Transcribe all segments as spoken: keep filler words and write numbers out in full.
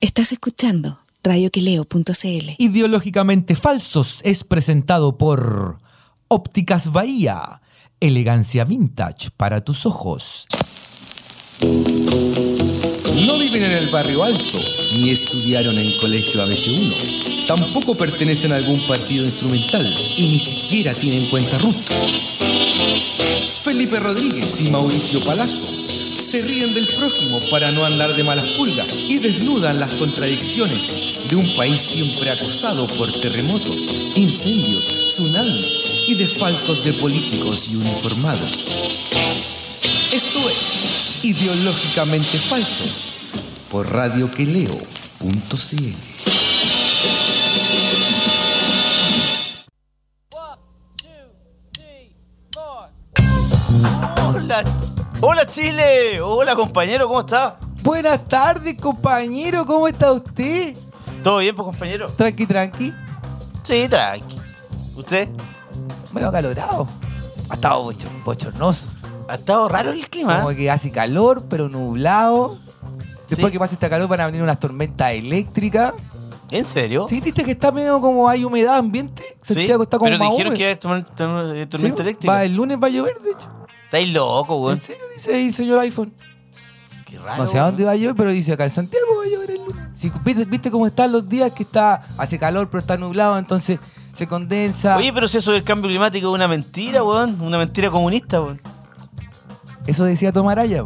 Estás escuchando radio que leo punto c l. Ideológicamente Falsos es presentado por Ópticas Bahía. Elegancia vintage para tus ojos. No viven en el barrio alto, ni estudiaron en colegio A B C uno. Tampoco pertenecen a algún partido instrumental y ni siquiera tienen cuenta R U T. Felipe Rodríguez y Mauricio Palazzo se ríen del prójimo para no andar de malas pulgas y desnudan las contradicciones de un país siempre acosado por terremotos, incendios, tsunamis y desfalcos de políticos y uniformados. Esto es Ideológicamente Falsos por radio que leo punto c l. Hola, hola Chile, hola compañero, ¿cómo está? Buenas tardes, compañero, ¿cómo está usted? ¿Todo bien, pues compañero? Tranqui, tranqui. Sí, tranqui. ¿Usted? Medio acalorado. Ha estado bochor, bochornoso. Ha estado raro el clima. Como que hace calor, pero nublado. Después Sí. que pase este calor van a venir unas tormentas eléctricas. ¿En serio? ¿Sí viste que está medio como hay humedad ambiente? Sí, Santiago está como pero más dijeron húmedo. que iba a haber tormenta, tormenta Sí, eléctrica. va, el lunes va a llover, de hecho. Estáis loco, ¿En weón. serio dice ahí, señor iPhone? Qué raro. No sé a dónde va a llover, pero dice acá en Santiago va a llover el lunes. Si, ¿viste, ¿Viste cómo están los días? Que está hace calor, pero está nublado, entonces se condensa. Oye, pero si eso del cambio climático es una mentira, weón. Una mentira comunista, weón. Eso decía Tomaraya.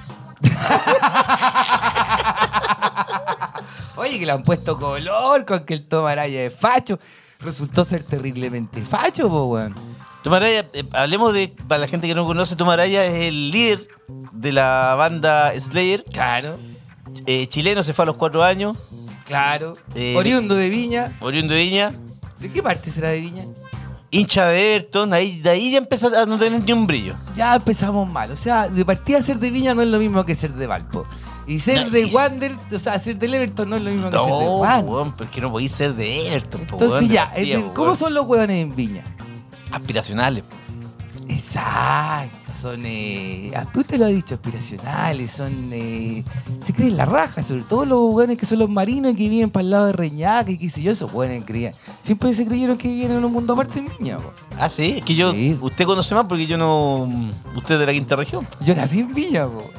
Oye, que le han puesto color con que el Tomaraya es facho. Resultó ser terriblemente facho, po, weón. Tomaraya, eh, hablemos de, para la gente que no conoce, Tomaraya es el líder de la banda Slayer. Claro, Eh, chileno, se fue a los cuatro años. claro. Eh, Oriundo de Viña. Oriundo de Viña. ¿De qué parte será de Viña? Hincha de Everton, ahí, de ahí ya empieza a no tener ni un brillo. Ya empezamos mal. O sea, de partida ser de Viña no es lo mismo que ser de Valpo. Y ser No, de y- Wander, o sea, ser del Everton no es lo mismo que ser de No, Wander. weón, porque no podéis ser de Everton, po, Entonces weón, de ya, partida, eh, po, ¿cómo weón. son los hueones en Viña? Aspiracionales. Exacto, son, eh, ah, usted lo ha dicho, aspiracionales, son, eh, se creen la raja, sobre todo los hueones que son los marinos y que viven para el lado de Reñaca y qué sé yo, esos hueones creían, siempre se creyeron que vivían en un mundo aparte en Viña, po. Ah, sí, es que yo, Sí. usted conoce más porque yo no, usted es de la quinta región. Yo nací en Viña, po.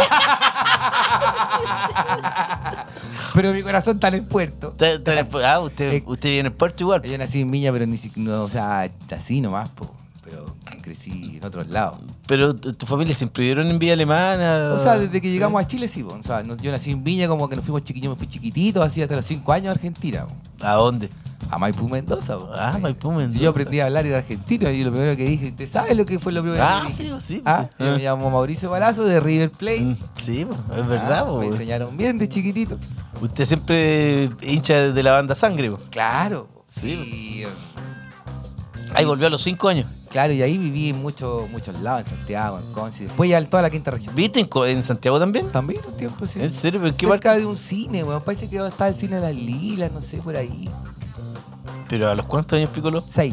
Pero mi corazón está en el puerto. Usted- usted- ah, usted, Ex- usted vive en el puerto igual. Yo nací en Viña, pero ni siquiera, no, o sea, así nomás, po. Pero crecí en otros lados. Pero tu tu familia siempre vivieron en Villa Alemana. O sea, desde que Sí. llegamos a Chile, sí, po. O sea, no- yo nací en Viña, como que nos fuimos chiquitos, me fui chiquitito, así hasta los cinco años a Argentina, po. ¿A dónde? A Maipú, Mendoza, po. Ah, Maipú, Mendoza. Si yo aprendí a hablar en argentino y lo primero que dije, ¿usted sabe lo que fue lo primero Ah, que dije? sí, pues, sí. Ah, sí. yo me llamo Mauricio Palazzo de River Plate. Mm, Sí, pues, es verdad. Ah, pues, me weón. enseñaron bien de chiquitito. Usted siempre hincha de la banda Sangre. pues. Claro. Sí, Y, eh, Ahí volvió a los cinco años. claro, y ahí viví en muchos muchos lados, en Santiago, en Conce, después ya en toda la quinta región. ¿Viste en, Co- en Santiago también? También un tiempo, sí. ¿En serio? ¿Pero en qué Cerca parte? de un cine, weón. Parece que estaba el cine de las Lilas, no sé, por ahí. ¿Pero a los cuántos años Piccolo? Seis.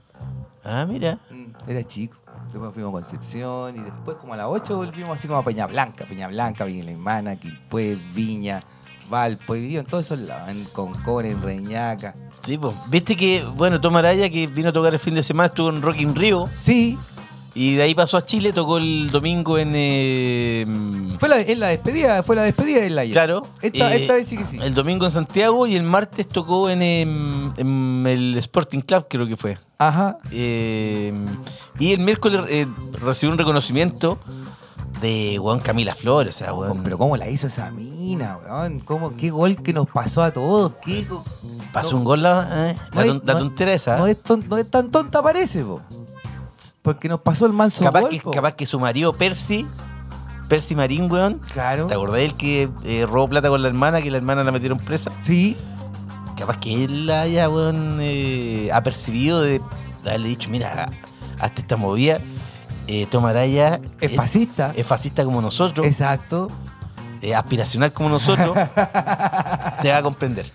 Ah, mira. Mm, Era chico. Después fuimos a Concepción y después como a las ocho volvimos así como a Peña Blanca. Peña Blanca, Villa Alemana, Quilpué, Viña, Valpo. He vivido en todos esos lados. En Concón, en Reñaca. Sí, pues. Viste que, bueno, Tomaraya, que vino a tocar el fin de semana, estuvo en Rock in Rio. Sí. Y de ahí pasó a Chile, tocó el domingo en. eh, Fue la, en la despedida, fue la despedida del ayer. claro. Esta, eh, esta vez sí que sí. El domingo en Santiago y el martes tocó en, em, en el Sporting Club, creo que fue. Ajá. Eh, y el miércoles eh, recibió un reconocimiento de weón Camila Flores. O sea, weón, Pero cómo la hizo esa mina, weón. ¿Cómo, qué gol que nos pasó a todos. Qué go- pasó no- un gol la, eh, no la, es- ton- la no- tontera esa. No es, ton- no es tan tonta, parece, po. Porque nos pasó el manso capaz, gol, que, po. capaz que su marido Percy, Percy Marín, weón. Claro. ¿Te acordás del que eh, robó plata con la hermana, que la hermana la metieron presa? Sí. Capaz que él haya, weón, eh, apercibido de haberle dicho, mira, hasta esta movida, eh, Tomaraya Es fascista. es fascista como nosotros, Exacto. eh, aspiracional como nosotros, te va a comprender.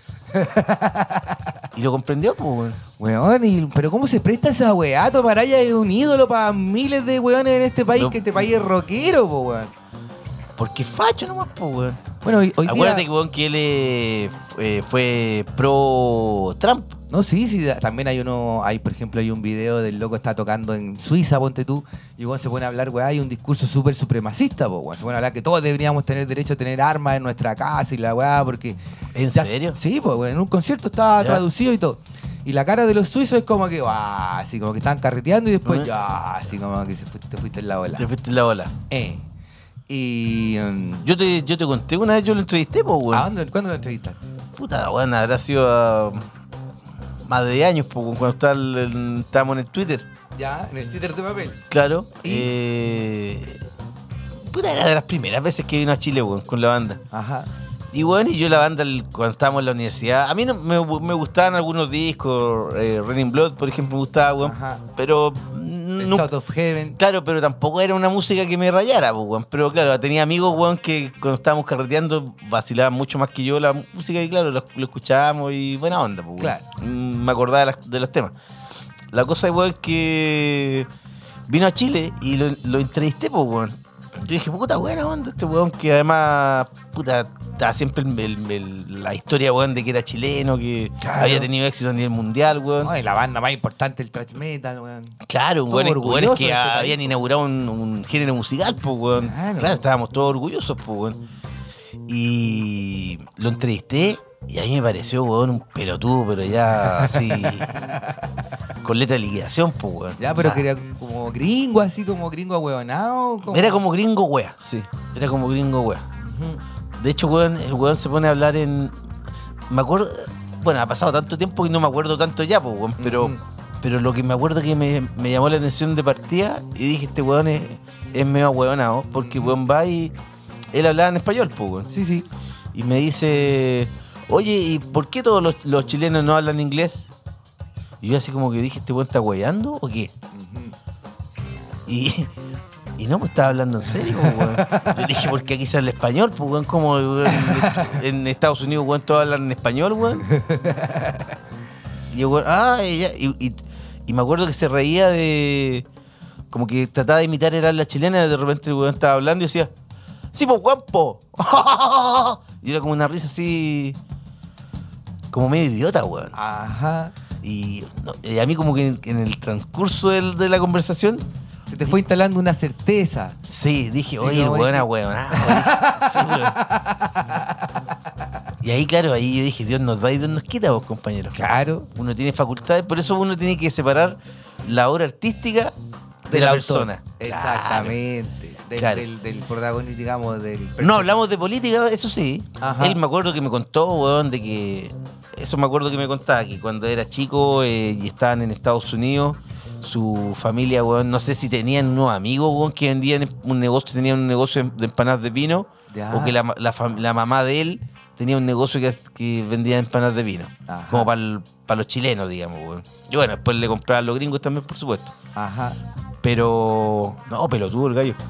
Y lo comprendió, pues, weón. Weón, y- pero ¿cómo se presta esa weá? Tomaraya es un ídolo para miles de weones en este país, No. que este país es rockero, po, weón. Porque es facho nomás, po, weón. Bueno, hoy, hoy Acuérdate día... que, weón, que él eh, eh, fue pro Trump. No, sí, sí, también hay uno, hay por ejemplo, hay un video del loco está tocando en Suiza, ponte tú, y bueno, se pone a hablar, weá, hay un discurso súper supremacista, po, weón. Se pone a hablar que todos deberíamos tener derecho a tener armas en nuestra casa y la weá, porque... ¿En ya- serio? Sí, pues, weón, en un concierto estaba Ya. traducido y todo. Y la cara de los suizos es como que, guau, así como que estaban carreteando y después, Ajá. ya, así como que se fuiste, te fuiste en la ola. Te fuiste en la ola. Eh. Y... um, Yo te, yo te conté una vez, yo lo entrevisté, po, weón. ¿a dónde, ¿cuándo lo entrevistaste? Puta, weón, habrá sido a más de diez años, po, cuando estaba el- el- estábamos en el Twitter. Ya, en el Twitter de papel. Claro. ¿Y? Eh, puta, era de las primeras veces que vino a Chile, weón, con la banda. Ajá. Y bueno, y yo la banda, el- cuando estábamos en la universidad, a mí no, me, me gustaban algunos discos, eh, Raining Blood, por ejemplo, me gustaba, weón. Ajá. Pero El no, South of Heaven. claro, pero tampoco era una música que me rayara, pues, weón. Pero claro, tenía amigos, weón, que cuando estábamos carreteando vacilaban mucho más que yo la música y claro, lo, lo escuchábamos y buena onda, pues, weón. Claro. Mm, Me acordaba de, las- de los temas. La cosa es, weón, que vino a Chile y lo, lo entrevisté, pues, weón. Yo dije, puta, buena onda este weón, que además, puta, estaba siempre el- el- el- la historia, weón, de que era chileno, que Claro. había tenido éxito a nivel mundial, weón. Ay, la banda más importante del thrash metal, weón. Claro, Todo weones, orgulloso weones de que este país, habían po. inaugurado un, un género musical, pues, weón. Claro. Claro. estábamos todos orgullosos, pues, weón. Y lo entrevisté y a mí me pareció, weón, un pelotudo, pero ya así, con letra de liquidación, pues, weón. Ya, O pero sea, que era como gringo, así como gringo ahueonado. Como... Era como gringo, wea, sí. Era como gringo, wea. Ujú. De hecho, weón, el weón se pone a hablar en... Me acuerdo... Bueno, ha pasado tanto tiempo y no me acuerdo tanto ya, pues, weón. Pero, Ujú. pero lo que me acuerdo que me, me llamó la atención de partida y dije, este weón es, es medio ahueonado, porque weón va y... Él hablaba en español, pues, weón. Sí, sí. Y me dice, oye, ¿y por qué todos los, los chilenos no hablan inglés? Y yo así como que dije, ¿este weón está hueando o qué? Ujú. Y, y no, pues estaba hablando en serio, pues, weón. Yo dije, porque aquí se habla español, pues, weón, como weón, en Estados Unidos, weón, todos hablan en español, weón. Y yo, weón, ah, y, ya, y, y, y me acuerdo que se reía de... Como que trataba de imitar el habla chilena, y de repente el weón estaba hablando y decía, sí, pues, guapo. Y era como una risa así... Como medio idiota, weón. Ajá. Y, no, y a mí como que en, en el transcurso del- de la conversación... Se te fue instalando una certeza. Sí, dije, Sí, oye, no, el weón es a que- weón. Sí, weón. Y ahí, claro, ahí yo dije, Dios nos da y Dios nos quita, vos, compañeros. Claro. Uno tiene facultades, por eso uno tiene que separar la obra artística de Del la autor. persona. Exactamente. Del, Claro. del, del protagonista, digamos, del... No hablamos de política, eso sí. Ajá. Él me acuerdo que me contó, weón, de que... Eso me acuerdo que me contaba, que cuando era chico eh, y estaban en Estados Unidos, su familia, weón, no sé si tenían unos amigos, weón, que vendían un negocio, tenían un negocio de empanadas de vino, Ya. o que la, la, fam- la mamá de él tenía un negocio que, que vendía empanadas de vino. Ajá. Como para los chilenos, digamos, weón. Y bueno, después le compraban a los gringos también, por supuesto. Ajá. Pero... No, pelotudo el gallo.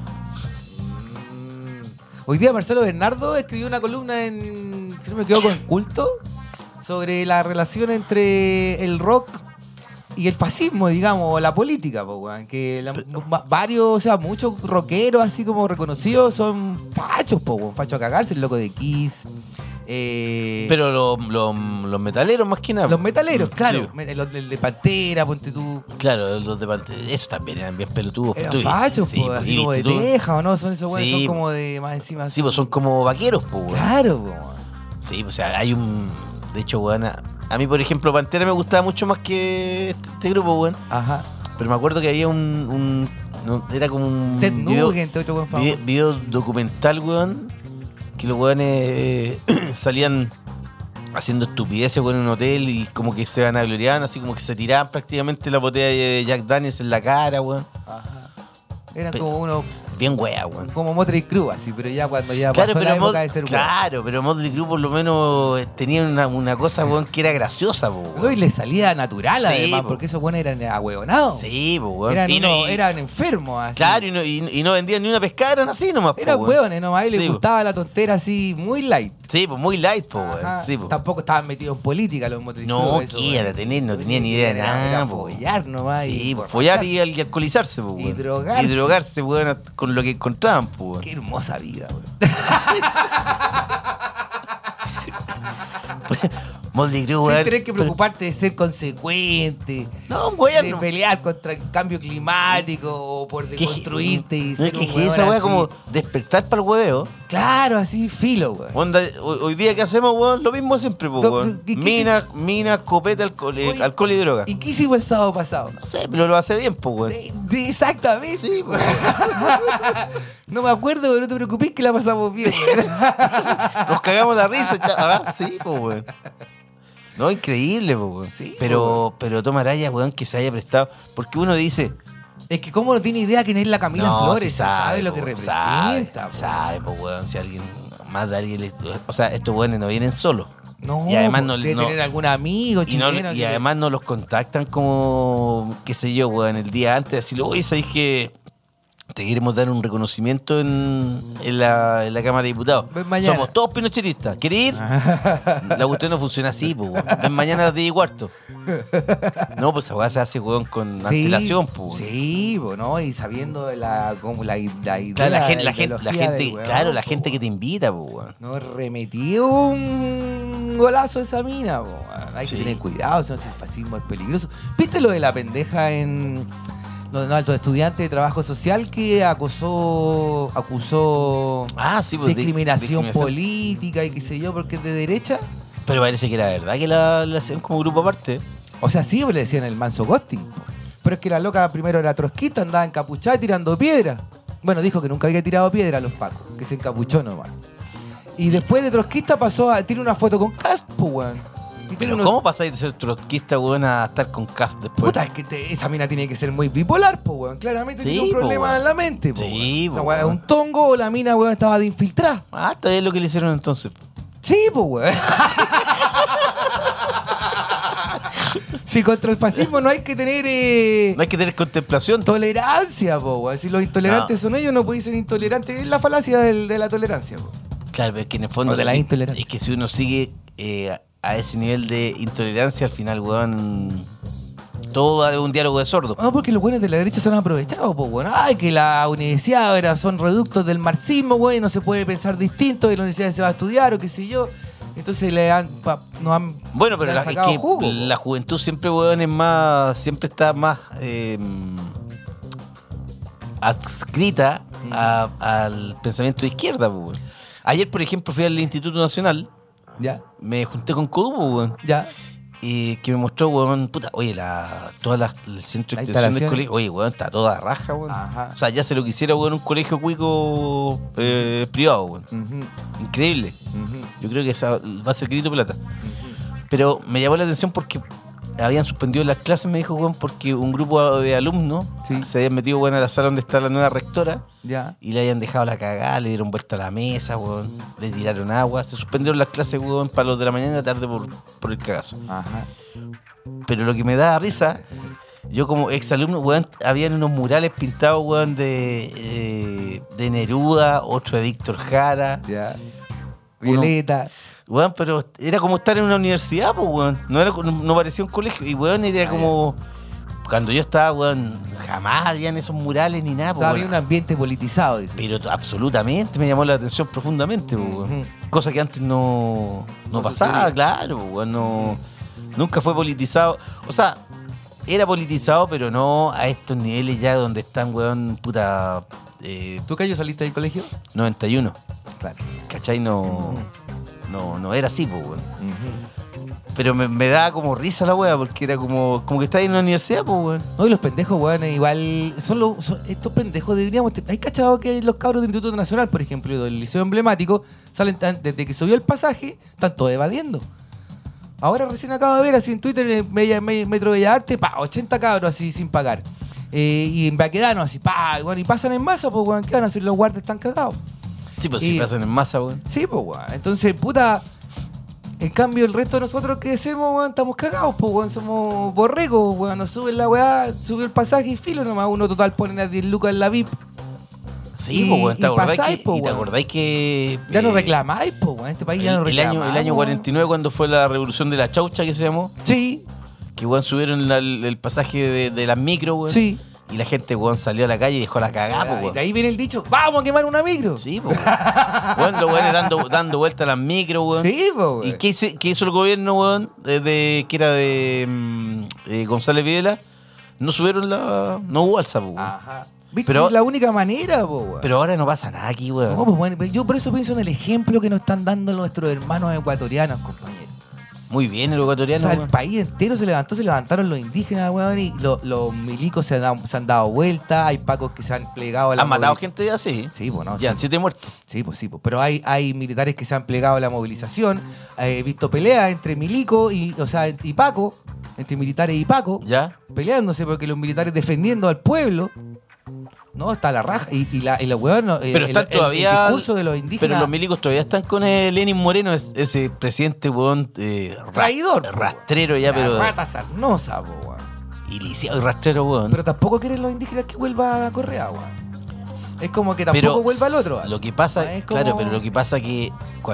Mm. Hoy día Marcelo Bernardo escribió una columna en, si no me equivoco, en Culto, sobre la relación entre el rock y el fascismo, digamos, o la política, po, weón. Que la- va- varios, o sea, muchos rockeros así como reconocidos son fachos, po, weón. Fachos a cagarse, el loco de Kiss. eh, Pero lo- lo- los metaleros más que nada. los metaleros, Mm, claro. sí. Me- Los del de Pantera, ponte tú. Claro, los de Pantera, esos también eran bien pelotudos. Eran Tú viste, fachos, sí, po, pues, así y como de viste tú. Teja, ¿o no? Son esos weones, Sí. son como de más encima. Sí, pues son como vaqueros, pues, weón. Claro, po, weón. Sí, pues, o sea, hay un... De hecho, weón, a, a mí, por ejemplo, Pantera me gustaba mucho más que este, este grupo, weón. Ajá. Pero me acuerdo que había un... un- no, era como un Ted video, Nugent, otro buen famoso. video, video documental, weón, que los weones eh, salían haciendo estupideces, weón, en un hotel y como que se van a gloriar, así como que se tiraban prácticamente la botella de Jack Daniels en la cara, weón. Ajá. Eran Pe- como uno, Bien wea, weón. como Motley Crue, así, pero ya cuando ya Claro, pasó la pero, época Mod- de ser weón. claro, pero Motley Crue por lo menos eh, tenía una, una cosa, weón, que era graciosa, po, No, weón. y le salía natural Sí, además, po. porque esos buenos eran ahueonados. Sí, po, weón. Eran, Y no- unos- y- eran enfermos, así. Claro, y no, y, y no vendían ni una pescada, eran así nomás, po, Eran weón. hueones, nomás a él Sí, les po. gustaba la tontera así, muy light. Sí, pues muy light, po, Ajá. weón. Sí, po. Tampoco estaban metidos en política los Motley No, Crue, esos, ¿qué weón. era tener? No tenía ni idea de Era- nada, Era po. follar nomás. Sí, y pues follar y, borracharse. y alcoholizarse, po, Y weón. drogarse. Y drogarse, weón, con con lo que encontraban, pues, weón. Qué hermosa vida, weón. Motley Crue, Sin weón. tener que preocuparte de ser consecuente, No, de weón. pelear contra el cambio climático o por Que- deconstruirte y no, ser es que un es weón esa weá así. como despertar para el hueveo. Claro, así filo, weón. Onda, hoy, hoy día que hacemos, weón, lo mismo siempre, po, Do- weón. ¿y qué Minas, minas, copete, alcohol, eh, Oye, alcohol y droga. ¿Y qué hicimos el sábado pasado? No sé, pero lo hace bien, po, weón. De- de- exactamente. Sí, po. No me acuerdo, pero no te preocupes que la pasamos bien, weón. Nos cagamos la risa, chaval. Ah, sí, po, weón. No, increíble, po, weón. Sí, pero, pero toma raya, weón, que se haya prestado. Porque uno dice. Es que cómo no tiene idea quién es la Camila no, Flores, sí sabe, sabe, lo po, que weón, representa. Sabe, po. sabe, po, weón. Si alguien, más de alguien le. O sea, estos weones no vienen solos. No, Y además po, no- debe no- tener algún amigo Y, no- chileno. y que- además no los contactan como, qué sé yo, weón, el día antes, decirle, oye, ¿sabéis que te queremos dar un reconocimiento en, en, la, en la Cámara de Diputados? Ven mañana. Somos todos pinochetistas. ¿Querés ir? La cuestión no funciona así, pues, weón. Ven mañana a las diez y cuarto. No, pues esa weá se hace, weón, con Sí, antelación, pues. Sí, po, ¿no? Y sabiendo de la, como la, la idea. Claro, la gente, la gente, la ideología gente, del weón, claro, la po, gente que weón. te invita, pues, weón. No remetió un golazo esa mina, po, weón. Hay Sí. que tener cuidado, si no, si el fascismo es peligroso. ¿Viste lo de la pendeja en. No, no, el estudiante de trabajo social que acusó. acusó. Ah, sí, pues. de- discriminación discriminación. política y qué sé yo, porque es de derecha? Pero parece que era verdad que la, la hacían como grupo aparte. O sea, sí, le decían el manso ghosting. po. Pero es que la loca primero era trotskista, andaba encapuchada y tirando piedra. Bueno, dijo que nunca había tirado piedra a los pacos, que se encapuchó nomás. Y después de trotskista pasó a. Tiene una foto con Cast, pues, weón. Y tiene Pero unos- ¿cómo pasáis de ser trotskista, weón, a estar con Cast después? Puta, es que te- esa mina tiene que ser muy bipolar, pues, weón. Claramente Sí, tiene un po, problema weón. en la mente, pues. Sí, O sea, po, weón, weón. un tongo o la mina, weón, estaba de infiltrada. Ah, está bien lo que le hicieron entonces. Sí, pues, weón. Si contra el fascismo no hay que tener eh, No hay que tener contemplación. tolerancia, po, weón. Si los intolerantes No. son ellos, no podéis ser intolerantes. Es la falacia del- de la tolerancia, po. Claro, pero es que en el fondo. O de la sí, intolerancia. Es que si uno sigue eh, a ese nivel de intolerancia, al final, weón. Todo va de un diálogo de sordos. No, porque los buenos de la derecha se han aprovechado, pues, bueno. Ay, que la universidad ahora son reductos del marxismo, güey, no se puede pensar distinto, y la universidad se va a estudiar o qué sé yo. Entonces le han, pa- nos han, Bueno, pero le la, han es sacado que jugo, po. la juventud siempre, weón, es más. Siempre está más. eh, adscrita Mm. a- al pensamiento de izquierda, po, weón. Ayer, por ejemplo, fui al Instituto Nacional, Ya, me junté con Codumo, weón. ya. Y que me mostró, weón, puta, oye, la, todas las, el centro de La extensión del instalación. colegio, oye, weón, está toda raja, weón. Ajá. O sea, ya se lo quisiera, weón, un colegio cuico eh, privado, weón. Ujú, Increíble. ujú, Yo creo que esa va a ser grito plata. ujú. Pero me llamó la atención porque habían suspendido las clases, me dijo, weón, porque un grupo de alumnos Sí. se habían metido, weón, a la sala donde está la nueva rectora Ya. y le habían dejado la cagada, le dieron vuelta a la mesa, weón, le tiraron agua, se suspendieron las clases, weón, para los de la mañana y la tarde por, por el cagazo. Ajá. Pero lo que me da risa, yo como exalumno, weón, habían unos murales pintados, weón, de, eh, de Neruda, otro de Víctor Jara. Ya. Uno- Violeta. Weón, pero era como estar en una universidad, pues, weón. No, era, no, no parecía un colegio. Y, weón, era Ah, como... Cuando yo estaba, weón, jamás habían esos murales ni nada, O pues, sea, había weón. un ambiente politizado, dice. Pero t- absolutamente me llamó la atención profundamente, pues, weón. Ujú. Cosa que antes no, no No pasaba, sucedía. claro, pues, weón. No, nunca fue politizado. O sea, era politizado, pero no a estos niveles ya donde están, weón, puta... Eh, ¿Tú, Cayo, saliste del colegio? noventa y uno. Claro. ¿Cachai? No, Ujú. no, no era así, pues, weón. Ujú. Pero me, me da como risa la wea, porque era como, como que estás en una universidad, pues, weón. No, y los pendejos, weón, igual. Son los, son- estos pendejos deberíamos. ¿Hay cachado que los cabros del Instituto Nacional, por ejemplo, del Liceo Emblemático, salen tan- desde que subió el pasaje, están todos evadiendo? Ahora recién acabo de ver así en Twitter, en Bella- Me- Metro Bellas Artes, pa, ochenta cabros así sin pagar. Eh, y en Baquedano así, pa, weón, y pasan en masa, pues, weón, ¿qué van a hacer? Los guardias están cagados. Sí, pues Y- si pasan en masa, weón. Sí, pues, weón. Entonces, puta. En cambio, el resto de nosotros que hacemos, weón, estamos cagados, pues, weón. Somos borregos, weón. Nos suben la weá, sube el pasaje y filo nomás. Uno total ponen a diez lucas en la V I P. Sí, Y- pues, weón. y ¿Te acordáis pasáis, que, po, y te weón. acordáis que. Ya no eh, reclamáis, pues, weón. Este país ya no el, el reclama. año, el año cuarenta y nueve, cuando fue la revolución de la chaucha, que se llamó, Sí, que, weón, subieron la- el, el pasaje de, de las micro, weón. sí. Y la gente, weón, salió a la calle y dejó la cagada, po, Y weón. de ahí viene el dicho, ¡vamos a quemar una micro! Sí, po, weón. Weón, los weones dando, dando vueltas a las micros, weón. Sí, po, ¿Y weón. qué, hice- qué hizo el gobierno, weón? De, de- que era de mm, eh, González Videla. No subieron la... No hubo alza, po, weón. Ajá. ¿Viste? Pero- Es la única manera, po, weón. Pero ahora no pasa nada aquí, weón. No, pues, bueno, yo por eso pienso en el ejemplo que nos están dando nuestros hermanos ecuatorianos, compañeros. Muy bien el O ecuatoriano, sea, el weón. país entero se levantó, se levantaron los indígenas, weón, y lo- los milicos se han, dado, se han dado vuelta, hay pacos que se han plegado a la ¿Han matado movilización. gente ya? Sí. Sí, pues no. Ya, sí. siete muertos. Sí, pues sí, pues. Pero hay, hay militares que se han plegado a la movilización. He visto peleas entre milico y, o sea, y Paco, entre militares y Paco, ¿Ya? peleándose porque los militares defendiendo al pueblo. No, está la raja. Y, y, la, y los huevones, eh, Pero el, están el- todavía... el discurso de los indígenas. Pero los milicos todavía están con el Lenin Moreno, es- ese presidente, weón, eh, ra- Traidor, po, rastrero ya, la pero... rata sarnosa, po, weón. Iliciado y rastrero, weón. Pero tampoco quieren los indígenas que vuelva a Correa, weón. Es como que tampoco Pero vuelva el otro. Lo que pasa, Ah, es como- claro, pero lo que pasa que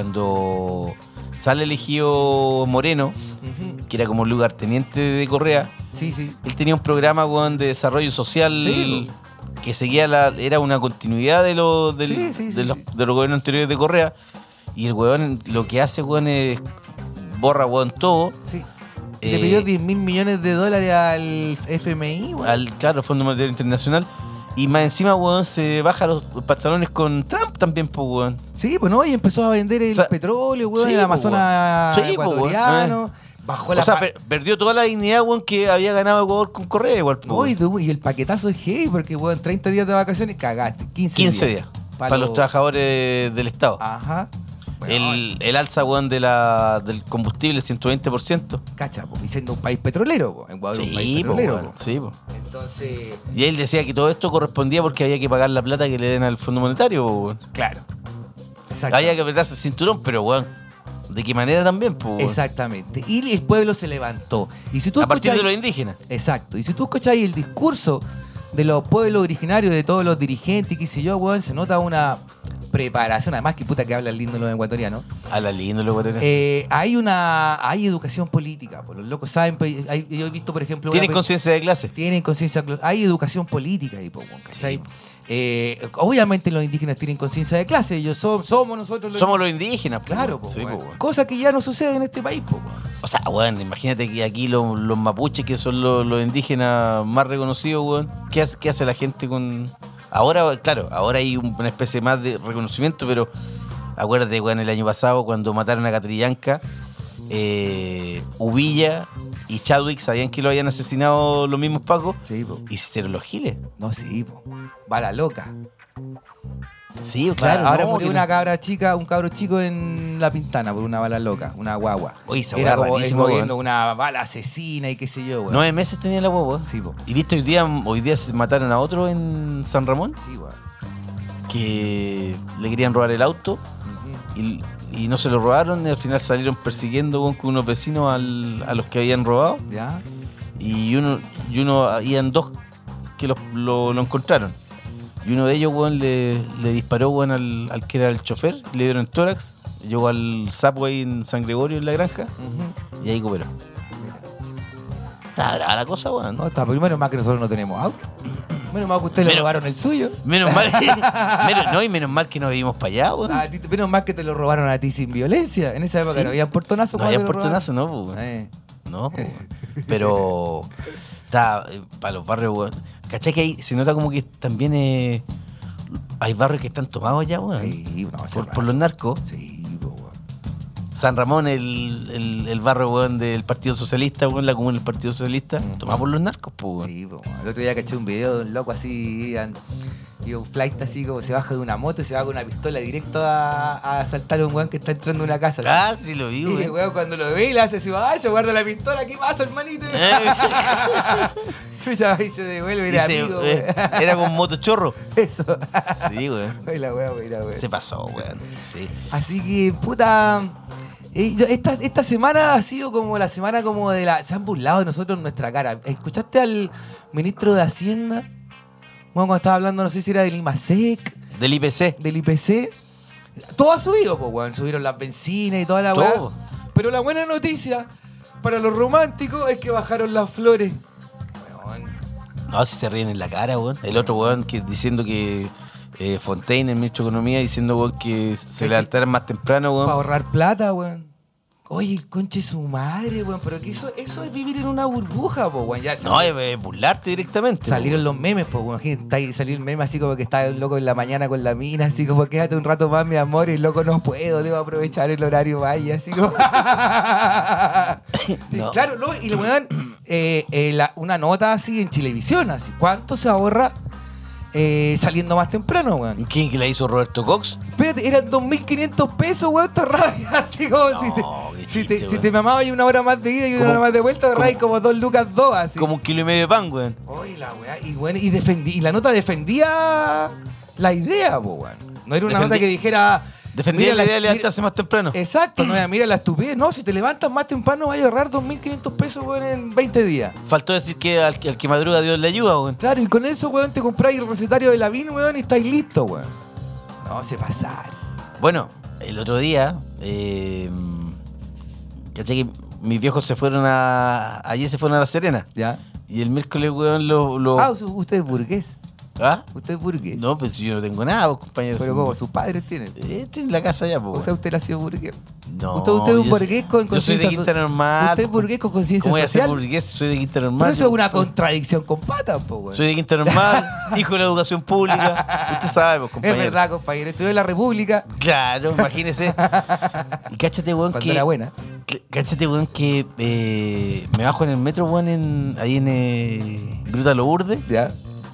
cuando sale elegido Moreno, Ujú. que era como lugarteniente de Correa, Sí, sí. él tenía un programa, weón, de desarrollo social Sí, que seguía la, era una continuidad de los del- Sí, sí, sí, de, los, sí. de los gobiernos anteriores de Correa. Y el weón lo que hace, weón, es borra, weón, todo. Sí. Eh, Le pidió diez mil millones de dólares al F M I, weón. al, claro, Fondo Monetario Internacional. Y más encima, weón, se baja los pantalones con Trump también, pues, weón. Sí, pues no, y empezó a vender el O sea, petróleo, weón, sí, el po, Amazonas weón. Sí, po, ecuatoriano. Bajó la O sea, pa- per- perdió toda la dignidad, weón, que había ganado Ecuador con Correa, igual, pues, No, weón. y, tú- y el paquetazo es heavy, porque, weón, treinta días de vacaciones cagaste. quince, quince días. Para los trabajadores del Estado. Ajá. Bueno, el, el alza, weón, de la, del combustible, ciento veinte por ciento. Cacha, pues, y siendo un país petrolero, po. Ecuador es un país Sí, po, petrolero. weón. po. Sí, po. Entonces, Y él decía que todo esto correspondía porque había que pagar la plata que le den al Fondo Monetario, po, weón. claro. Exacto. Había que apretarse el cinturón, pero, weón, ¿de qué manera también, po, weón? Exactamente. Y el pueblo se levantó. Y si tú A partir de escuchas- los indígenas. Exacto. Y si tú escuchas ahí el discurso de los pueblos originarios, de todos los dirigentes, qué sé yo, weón, se nota una preparación, además que puta que hablan lindo los ecuatorianos. A la lindo, los ecuatorianos. Eh, hay una hay educación política, pues los locos saben, pues, hay- yo he visto, por ejemplo, Tienen una pe- conciencia de clase. tienen conciencia, hay educación política ahí, pues, weón, ¿cachai? Sí. Eh, obviamente los indígenas tienen conciencia de clase, ellos son, somos nosotros los Somos los indígenas, po, Claro, weón. pues, Sí, weón. po, weón. Cosa que ya no sucede en este país, pues, weón. O sea, weón, imagínate que aquí los, los mapuches, que son los, los indígenas más reconocidos, weón, ¿qué hace, qué hace la gente con...? Ahora, claro, ahora hay un- una especie más de reconocimiento, pero acuérdate, weón, el año pasado cuando mataron a Catrillanca, eh, Uvilla y Chadwick sabían que lo habían asesinado los mismos pacos Sí, pues. y se hicieron los giles. No, sí, pues. Va la loca. Sí, claro. Ahora no, murió que una no- cabra chica, un cabro chico en La Pintana por una bala loca, una guagua. Oye, esa Era weá como el rarísimo, gobierno, weón. una bala asesina y qué sé yo, weón. Nueve meses tenía la guagua. Sí, po. Y viste, hoy día, hoy día se mataron a otro en San Ramón Sí, weón. que le querían robar el auto Ujú. y, y no se lo robaron y al final salieron persiguiendo weón, con unos vecinos al- a los que habían robado ¿Ya? y uno, y uno habían dos que lo, lo- lo encontraron. Y uno de ellos, weón, le, le disparó, weón, al, al que era el chofer, le dieron tórax, llegó al sapo ahí en San Gregorio, en la granja, Ujú. y ahí cooperó. Está brava la cosa, weón. No, está, pero menos mal que nosotros no tenemos auto. Menos mal que ustedes le Menos- robaron el suyo. Menos mal, menos, no, y menos mal que no vivimos para allá, weón. A ti- menos mal que te lo robaron a ti sin violencia. En esa época Sí. no habían portonazo. No cuando había te lo portonazo, robaron. no, pues, weón. Eh. No, pues, weón. Pero está para los barrios, weón. ¿Cachai que ahí se nota como que también eh, hay barrios que están tomados ya, weón? Sí, no, hace por, rato. por los narcos. Sí, po, weón. San Ramón, el, el, el barrio, weón, del Partido Socialista, weón, la comuna del Partido Socialista, Ujú. tomada por los narcos, pues, weón. Sí, po, weón. El otro día caché un video de un loco así, an- y un flight así como se baja de una moto y se va con una pistola directo a, a asaltar a un weón que está entrando a una casa. Ah, sí lo vi, Y el weón. weón cuando lo ve le hace así, ay, se guarda la pistola, ¿qué pasa, hermanito? Eh. Suya va y se devuelve, era Ese, amigo, eh, weón. era con motochorro. Eso. Sí, weón. Ay, la weá, weá, weá. Se pasó, weón. Sí. Así que, puta. eh, yo- esta, esta semana ha sido como la semana como de la. Se han burlado de nosotros en nuestra cara. ¿Escuchaste al ministro de Hacienda? Bueno, cuando estaba hablando, no sé si era del IMASEC, Del I P C. del I P C. Todo ha subido, pues, weón. Subieron las bencinas y toda la weá. Todo. Pero la buena noticia para los románticos es que bajaron las flores. Weón. No, si se ríen en la cara, weón. El otro weón que diciendo que eh, Fontaine, el ministro de Economía, diciendo, weón, que se levantaran más temprano, weón. Para ahorrar plata, weón. Oye, el conche su madre, weón. Pero que eso, eso es vivir en una burbuja, po, weón. Ya, No, es, es burlarte directamente. salieron weón. los memes, po, weón. Está ahí, salió el meme así como que está el loco en la mañana con la mina, así como quédate un rato más, mi amor, y el loco no puedo, debo aprovechar el horario, vaya, así como. No. Y claro, no, y le weón, eh, eh, la- una nota así en Chilevisión, así. ¿Cuánto se ahorra eh, saliendo más temprano, weón? ¿Quién que la hizo Roberto Cox? Espérate, eran dos mil quinientos pesos, weón, te rabia. Así como No, si te, qué si, chiste, te, si weón. te mamabas y una hora más de ida y una Como- hora más de vuelta, te rabia como dos lucas dos, así. Como un kilo y medio de pan, weón. Oye, la weá, y, bueno, y, defendí, y la nota defendía la idea, po, weón. No era una Defendí- nota que dijera. Defendía mira la idea de mira- levantarse más temprano. Exacto, no era, mira la estupidez. No, si te levantas más temprano, vas a ahorrar dos mil quinientos pesos, weón, en veinte días. Faltó decir que al, al que madruga Dios le ayuda, weón. Claro, y con eso, weón, te compráis el recetario de la V I N, weón, y estáis listos, weón. No, se pasaron. Bueno, el otro día, eh, caché que mis viejos se fueron a. Ayer se fueron a La Serena. ¿Ya? Y el miércoles, weón, lo. lo- Ah, su- usted es burgués. ¿Ah? Usted es burgués. No, pues yo no tengo nada, pues, compañero. Pero como sus padres tienen. Eh, Estoy en la casa ya, pues. O sea, usted nació burgués. no, usted, usted es un yo burgués soy- con Yo soy conciencia de Quinta so- Normal. Usted es pues. burgués con conciencia ¿Cómo voy a ser social. burgués si soy de Quinta Normal? Pero eso es una Pues, contradicción con patas, po, weón. Soy de Quinta Normal, hijo de la educación pública. Usted sabe, pues, Es compañero. verdad, compañero. Estudió en la República Claro, imagínese. Y cáchate, weón, cuando que. era buena. que- Cáchate, weón, que eh, me bajo en el metro, weón, en, ahí en eh, Gruta Lourdes, ¿Ya?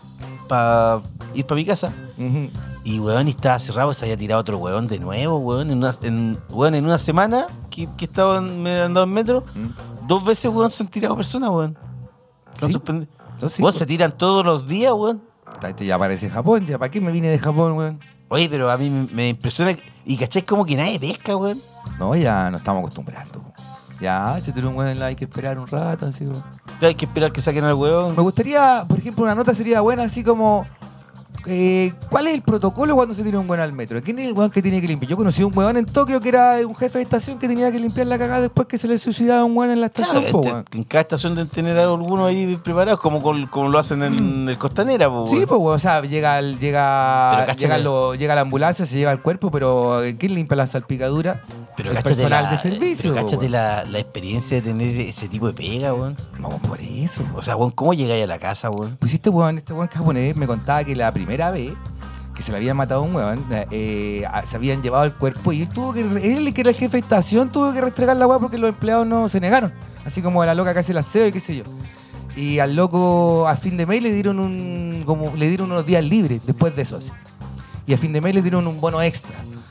para ir para mi casa. Ujú. Y, weón, y estaba cerrado, se había tirado otro weón de nuevo, weón. En una, en, weón, en una semana que, que estaba en, me he andado en metro, ¿Mm? dos veces, weón, se han tirado personas, weón. Se han ¿Sí? sorprendido. No, sí, Weón, pues. se tiran todos los días, weón. Esto ya parece Japón. ¿Ya para qué me vine de Japón, weón? Oye, pero a mí me, me impresiona. que- Y caché como que nadie pesca, weón. No, ya nos estamos acostumbrando. weón. Ya, se tiró un weón, hay que esperar un rato, así, weón. Hay que esperar que saquen al weón. Me gustaría, por ejemplo, una nota sería buena, así como. eh, ¿Cuál es el protocolo cuando se tira un weón al metro? ¿Quién es el weón que tiene que limpiar? Yo conocí a un weón en Tokio que era un jefe de estación que tenía que limpiar la cagada después que se le suicidaba un weón en la estación, Claro, po, este- weón. en cada estación deben tener algunos ahí preparados, como, con- como lo hacen en el Costanera, po, Sí, weón. pues, o sea, llega, el- Pero llega, cáchate. llega, lo- llega la ambulancia, se lleva el cuerpo, pero ¿quién limpia la salpicadura? Pero el cáchate personal la, de servicio. pero po, cáchate weón. la, la experiencia de tener ese tipo de pega, weón. No, por eso. O sea, weón, ¿cómo llegáis a la casa, weón? Pues este weón, este weón japonés me contaba que la primera vez que se le había matado a un weón, eh, a- se habían llevado el cuerpo y él tuvo que, él que era el jefe de estación, tuvo que restregar la weá porque los empleados no se negaron. Así como la loca que hace el aseo y qué sé yo. Y al loco a fin de mes le dieron un como le dieron unos días libres después de eso. Así. Y a fin de mes le dieron un bono extra.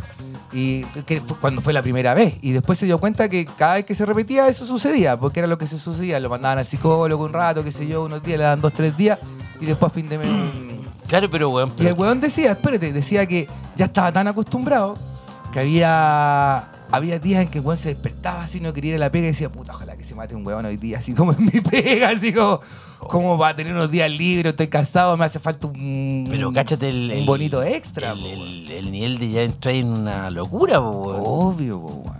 Y que fue cuando fue la primera vez. Y después se dio cuenta que cada vez que se repetía eso sucedía, porque era lo que se sucedía. Lo mandaban al psicólogo un rato, qué sé yo, unos días, le daban dos, tres días, y después a fin de mes. un- Claro, pero weón, Y el pero, weón decía, espérate, decía que ya estaba tan acostumbrado que había. Había días en que el weón se despertaba así, no quería ir a la pega y decía, puta, ojalá que se mate un weón hoy día, así como en mi pega, así como, como va a tener unos días libres, estoy casado, me hace falta un, pero cáchate el, un el- bonito extra. el, po, el- el nivel de ya entrar en una locura, po, weón. Obvio, po, weón.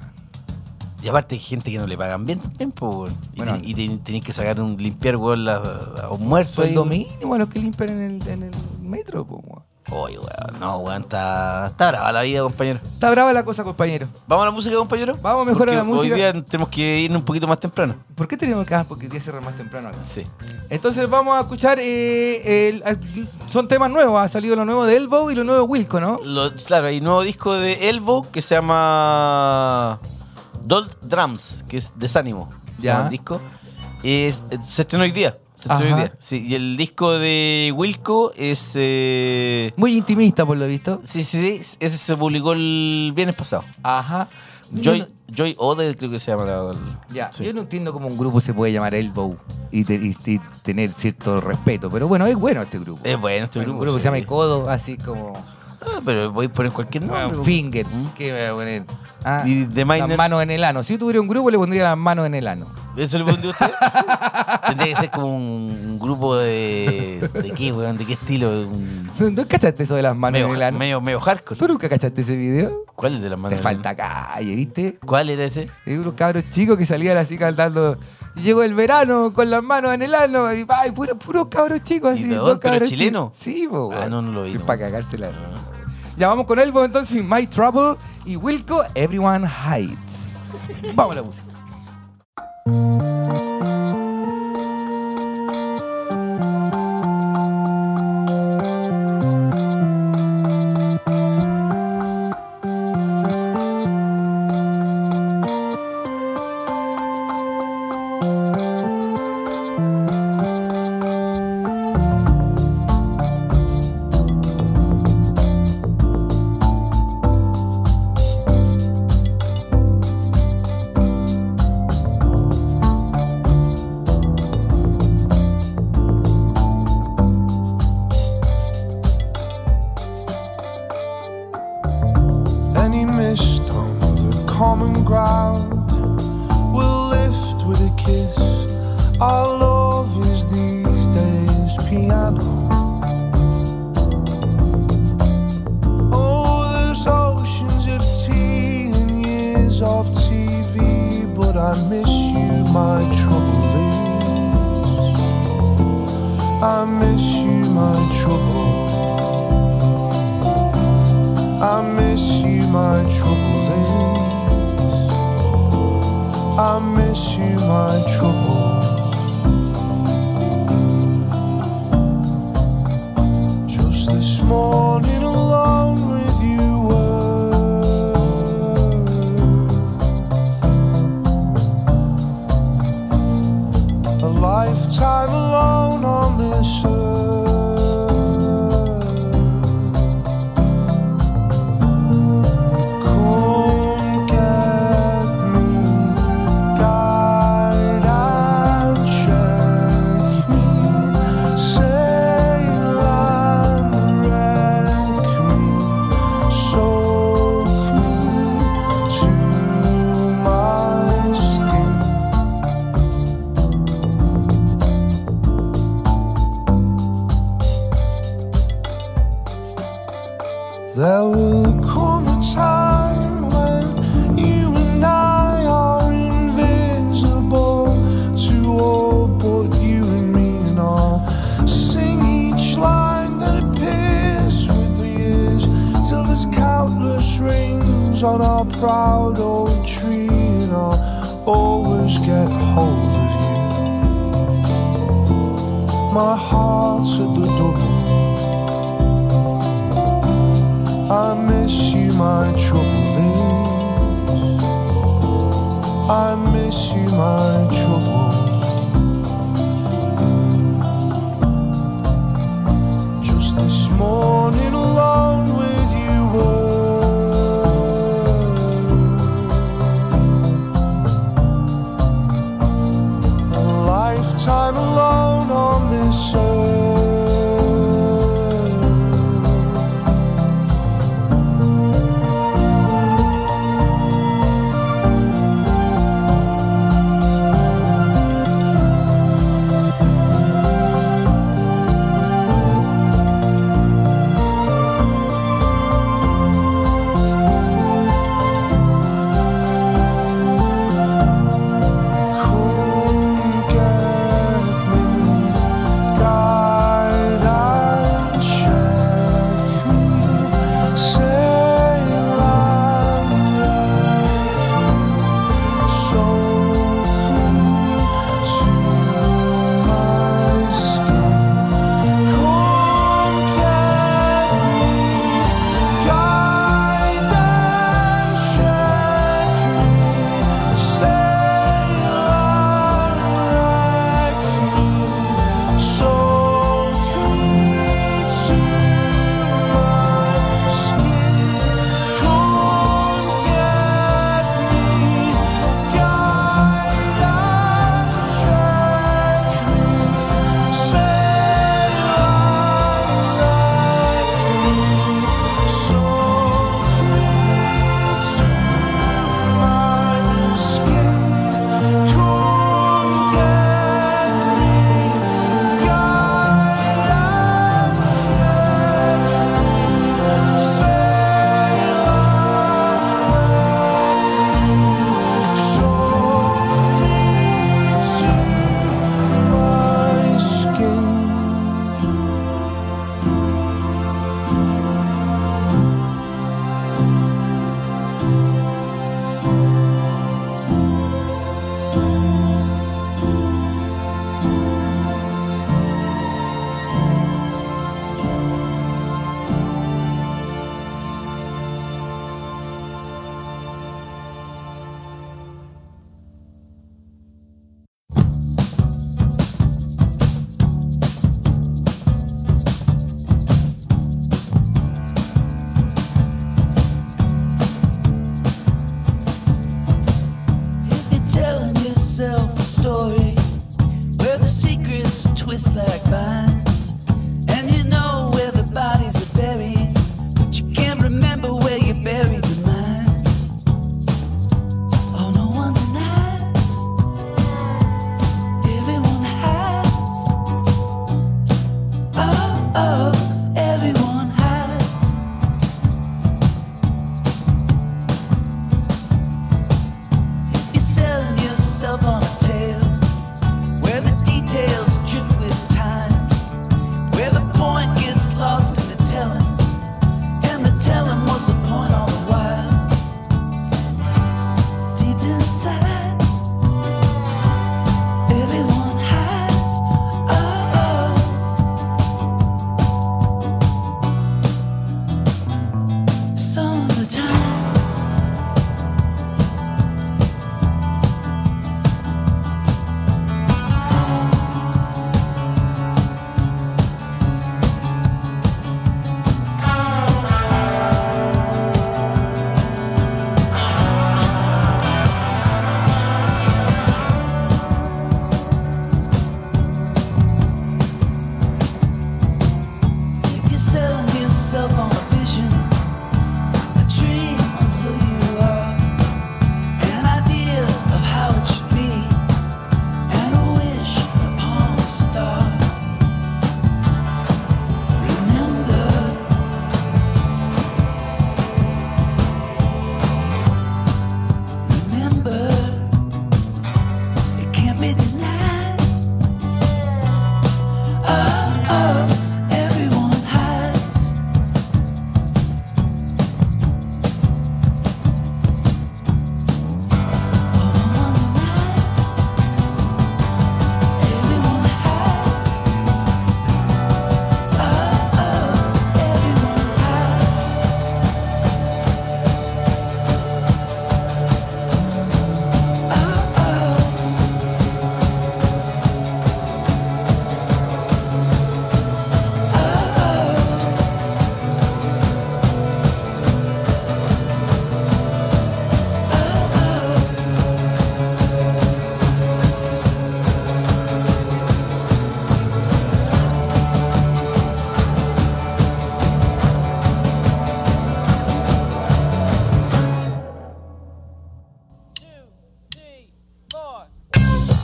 Y aparte hay gente que no le pagan bien también, po, weón. Y, Bueno. ten- y ten- tenés que sacar un limpiar, weón, la- a un muerto. ahí, Sueldo weón. mínimo a los que limpian en el, en el metro, po, weón. Oye, weón, no, weón, está, está brava la vida, compañero. Está brava la cosa, compañero. ¿Vamos a la música, compañero? Vamos mejor a Porque la música. Hoy día tenemos que irnos un poquito más temprano. ¿Por qué tenemos que ah, porque el día cierra más temprano acá? Sí. Entonces vamos a escuchar, eh, el- eh, son temas nuevos, ha salido lo nuevo de Elbow y lo nuevo de Wilco, ¿no? Lo- claro, hay un nuevo disco de Elbow que se llama Doll Drums, que es Desánimo. Se Ya. llama el disco. Es- se estrenó hoy día. Se estrenó Ajá. hoy día. Sí, y el disco de Wilco es. eh, Muy intimista, por lo visto. sí, sí, sí. Ese se publicó el viernes pasado. Ajá. Joy, Yo Joy Ode, creo que se llama. la- el- Ya, sí. yo no entiendo cómo un grupo se puede llamar Elbow y, te- y- y tener cierto respeto, pero bueno, es bueno este grupo. Es bueno este Bueno, grupo. un grupo que sí. se llama Codo, así como Ah, pero voy a poner cualquier nombre. Finger. ¿Mm? ¿Qué me voy a poner? Ah, Y The las Miners. manos en el ano. Si yo tuviera un grupo, le pondría las manos en el ano. ¿Eso le pondría usted? Tendría que ser como un grupo de. ¿De qué, weón? ¿De qué estilo? Un- ¿No cachaste eso de las manos medio, en el ano? medio, medio hardcore. ¿Tú nunca cachaste ese video? ¿Cuál es de las manos? Te en el falta calle, ¿viste? ano? ¿Cuál era ese? Hay unos cabros chicos que salían así cantando Llegó el verano con las manos en el ano y ay, puros puros cabros chicos así. ¿Y de dos dónde? ¿Pero cabros chileno? chicos. Sí, po, Ah, no, no lo vi, no. Para cagársela. Ya vamos con Elbow entonces, My Trouble y Wilco, Everyone Hides. Vamos a la música.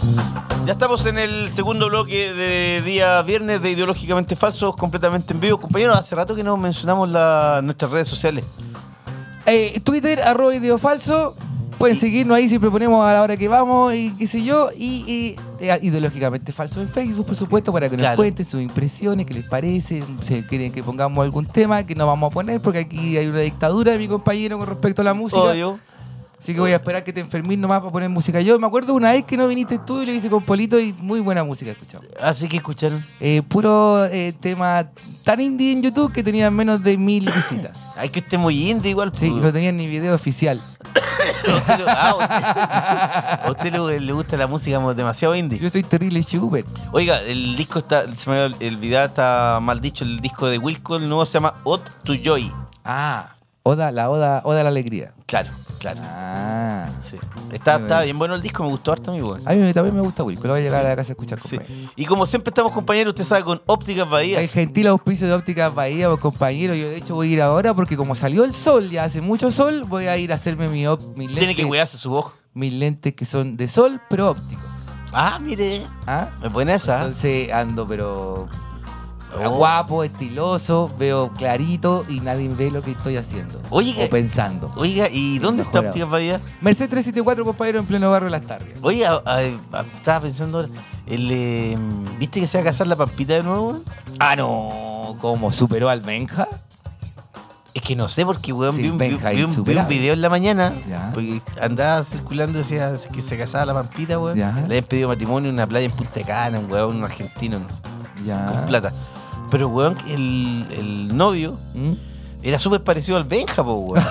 Ya estamos en el segundo bloque de día viernes de Ideológicamente Falsos, completamente en vivo. Compañeros, hace rato que no mencionamos la, nuestras redes sociales. Eh, Twitter, arroba ideofalso. Pueden seguirnos ahí, siempre ponemos a la hora que vamos y qué sé yo. Y, y eh, Ideológicamente Falso en Facebook, por supuesto, para que nos Claro. cuenten sus impresiones, qué les parece, si quieren que pongamos algún tema que no vamos a poner, porque aquí hay una dictadura de mi compañero con respecto a la música. Odio. Así que voy a esperar que te enfermís nomás para poner música. Yo me acuerdo una vez que no viniste tú y lo hice con Polito y muy buena música escuchamos. Así que escucharon. Eh, puro eh, tema tan indie en YouTube que tenía menos de mil visitas. Hay que esté muy indie igual. Sí, pues. no tenían ni video oficial. A usted, lo- ah, a usted- a usted le, le gusta la música demasiado indie. Yo soy terrible super. Oiga, el disco está, se me había olvidado, está mal dicho, el disco de Wilco, el nuevo se llama Ode to Joy. Ah, Oda, la Oda, Oda a la alegría. Claro, claro. Ah. Sí. Está, está bien bueno el disco, me gustó harto a mí, weón. A mí también me gusta Wilco, lo voy a llegar a la casa a escuchar, Sí. compañero. Y como siempre estamos compañeros, usted sabe, con Ópticas Bahía. El gentil auspicio de Ópticas Bahía, pues, compañero. Yo de hecho voy a ir ahora porque como salió el sol, ya hace mucho sol, voy a ir a hacerme mi op- mis lentes. Tiene que cuidarse su ojo. Mis lentes que son de sol, pero ópticos. Ah, mire. ¿Ah? Es buena esa. Entonces ando, pero Oh. guapo, estiloso, veo clarito y nadie ve lo que estoy haciendo. Oye, o que- pensando. Oiga, ¿y dónde está Mejorado. Ópticas Bahía? Merced trescientos setenta y cuatro, compañero, en pleno barrio de Las Tarrias. Oye, a- a- a- estaba pensando ahora, el, eh, ¿viste que se va a casar la Pampita de nuevo, weón? Ah, no, ¿cómo? ¿Superó al Benja? Es que no sé, porque, weón, Sí, vi, un, vi- Benja vi un- vi un insuperable. video en la mañana, Ya. porque andaba circulando y decía que se casaba la Pampita, weón. Ya. Le habían pedido matrimonio en una playa en Punta Cana, un weón, un argentino, no sé, Ya. con plata. Pero, weón, el, el novio ¿Mm? era súper parecido al Benja, po, weón.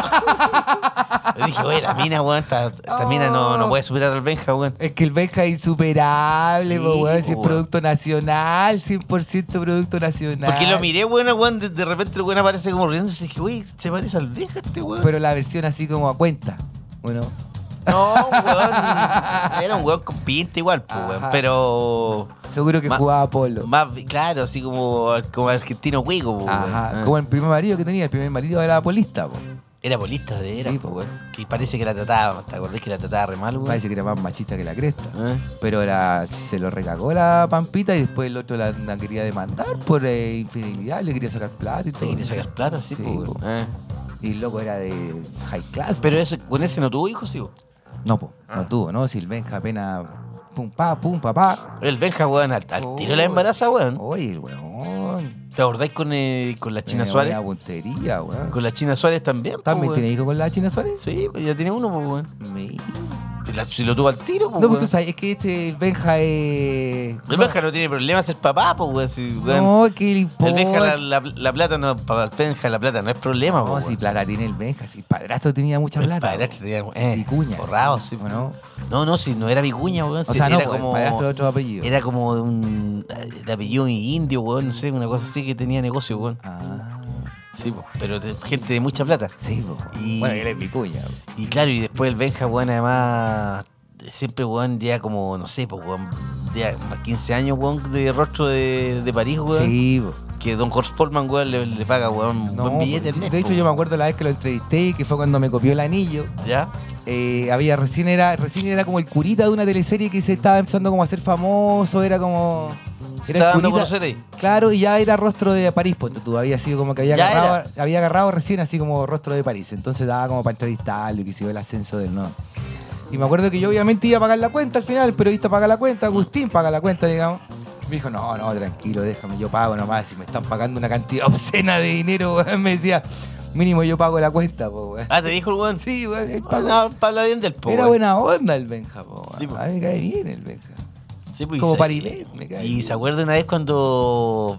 Yo dije, oye, la mina, weón, esta, esta mina no, no puede superar al Benja, weón. Es que el Benja es insuperable, Sí, po, weón, si es po, producto nacional, cien por ciento producto nacional. Porque lo miré, weón, weón, de, de repente el weón aparece como riendo y dije, uy, se parece al Benja este weón. Pero la versión así como a cuenta, bueno. No, weón, era un weón con pinta igual, pues, weón, Ajá. pero Seguro que Ma- jugaba polo. más, claro, así como, como argentino huigo, po, weón. Ajá, Ah. como el primer marido que tenía, el primer marido era polista, po. Era polista de era, Sí, po, po, weón. Que parece que la trataba, ¿te acordás que la trataba re mal, weón? Parece que era más machista que la cresta. ¿Eh? Pero era, se lo recagó la Pampita y después el otro la, la quería demandar por eh, infidelidad, le quería sacar plata y ¿Te todo. quería sacar plata? Sí, Sí, po, weón. po. Eh. Y el loco era de high class. Pero ese, con ese no tuvo hijos, sí, po. No, po, Ah. no tuvo, ¿no? Si el Benja apenas pum, pa, pum, papá. El Benja, weón, al, al tiro la Oh. embaraza, weón. Oye, el weón. ¿Te acordáis con, eh, con la China Tiene Suárez? buena puntería, weón. Con la China Suárez también, po, ¿También weón. tiene hijo con la China Suárez? Sí, pues ya tiene uno, pues, weón. Mi- La- Si lo tuvo al tiro, pues, No, pues weón. tú sabes, es que este el Benja es. El Benja no tiene problema ser papá, pues, weón. Si, weón. No, que le importa. El Benja, la, la, la plata no, para el Benja la plata no es problema, No, pues, si weón. plata tiene el Benja, si el padrastro tenía mucha El plata. padrastro tenía, eh, Vicuña. forrado, sí. ¿O no? No, no, si no era Vicuña, weón. O si sea, no, era pues, como, el padrastro de otro apellido. era como de un de apellido indio, weón, no sé, una cosa así que tenía negocio, weón. Ah, Sí, pues, pero de- gente de mucha plata. sí, po. Y- Bueno, él es Vicuña. Y claro, y después el Benja, weón, además, siempre, weón, ya como, no sé, pues, weón, ya más quince años, weón, de rostro de, de París, weón. Sí, po. Que Don Horst Polman, weón, le, le paga, weón, un No, buen billete al po. mes. de hecho, po, yo me weón. acuerdo la vez que lo entrevisté y que fue cuando me copió el anillo. ¿Ya? Eh, había recién era recién era como el curita de una teleserie que se estaba empezando como a hacer famoso, era como ¿Se era está el dando a curita- conocer ahí? Claro, y ya era rostro de París, pues tú había sido como que había Ya agarrado, había agarrado recién así como rostro de París, entonces daba como para entrevistarlo y que siguió el ascenso del no. Y me acuerdo que yo obviamente iba a pagar la cuenta al final, el periodista paga la cuenta, Agustín paga la cuenta, digamos. Me dijo, no, no, tranquilo, déjame, yo pago nomás, si me están pagando una cantidad obscena de dinero, weón, me decía, mínimo yo pago la cuenta, pues, weón. Ah, ¿te dijo el weón? Sí, weón, él Ah, pagó. no, para hablar bien del po, Era weón. buena onda el Benja, po, Sí, weón. po. A mí me cae bien el Benja. Sí, pues, Como y se- Paribet, me cae Y bien. se acuerda una vez cuando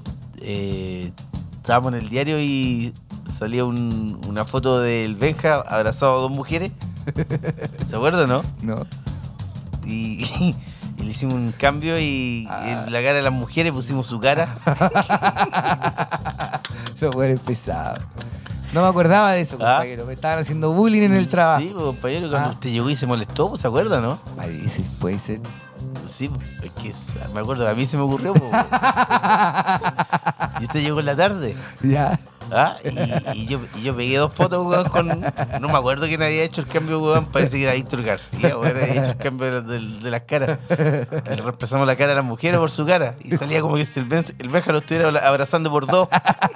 eh, estábamos en el diario y salía un- una foto del Benja abrazado a dos mujeres. ¿Se acuerda, no? ¿No? Y, y le hicimos un cambio y Ah. en la cara de las mujeres pusimos su cara. Eso fue pesado. No me acordaba de eso, Ah. compañero. Me estaban haciendo bullying en el trabajo. Sí, pues, compañero, cuando Ah. usted llegó y se molestó, pues, ¿se acuerda, no? Parece, puede ser. Sí, pues, es que es- me acuerdo, a mí se me ocurrió. Pues, y usted llegó en la tarde. Ya. ¿Ah? Y, y, yo, y yo pegué dos fotos, weón, con... No me acuerdo quién había hecho el cambio, weón. Parece que era Víctor García, weón. Había hecho el cambio de, de, de las caras. Le reemplazamos la cara a las mujeres por su cara. Y salía como que si el, Ben, el Benja lo estuviera abrazando por dos.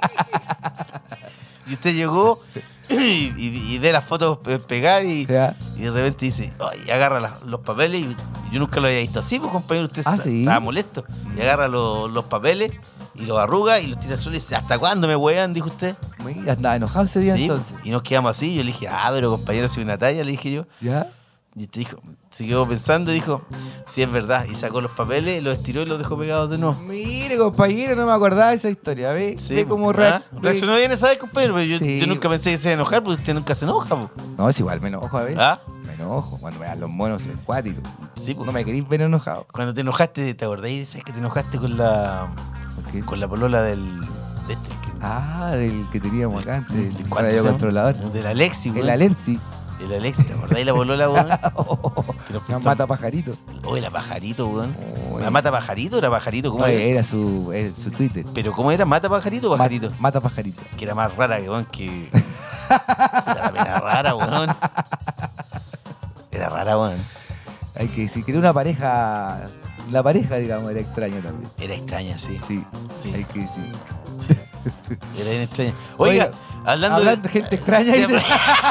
Y usted llegó y, y, y ve las fotos pegadas y, y de repente dice, oh, y agarra la, los papeles. Y yo nunca lo había visto así, pues, compañero. Usted ¿Ah, está, sí? estaba molesto. Y agarra lo, los papeles y los arruga y los tira al suelo y dice, ¿hasta cuándo me huean? Dijo usted. Muy- Andaba enojado ese día Sí, entonces. y nos quedamos así. Yo le dije, ah, pero compañero, soy una talla, le dije yo. ¿Ya? Y te dijo, se quedó pensando y dijo, sí, es verdad. Y sacó los papeles, los estiró y los dejó pegados de nuevo. Mire, compañero, no me acordaba de esa historia. ¿Ve? Sí, Ve cómo ¿ah? rea- Reaccionó bien esa vez, compañero, pero yo, Sí. yo nunca pensé que se iba a enojar porque usted nunca se enoja, po. No, es igual, me enojo a veces. ¿Ah? Me enojo cuando me dan los monos acuáticos. Sí, po. No me queréis ver enojado. Cuando te enojaste, ¿te acordáis? ¿Sabes que te enojaste con la ¿Por qué? con la polola del... De este, el que- Ah, del que teníamos acá antes, ¿de el cuánto se radio llama? controlador. Del Alexi, El weón. Alerci. El Alexi, ¿te acordáis la polola, weón? Que nos Una pintó- mata pajarito. Oye, la pajarito, weón. Oh, ¿La mata pajarito o era pajarito? ¿Cómo No, era? era su, eh, su Twitter. ¿Pero cómo era? ¿Mata pajarito o pajarito? Ma- Mata pajarito. Que era más rara que, weón, que... Era la pena rara, weón. Era rara, weón. Hay que decir que era una pareja. La pareja, digamos, era extraña también. Era extraña, sí. Sí, Sí. hay que decir. Era bien extraña. Oiga, Oiga, hablando, hablando de gente extraña, Sí, dice-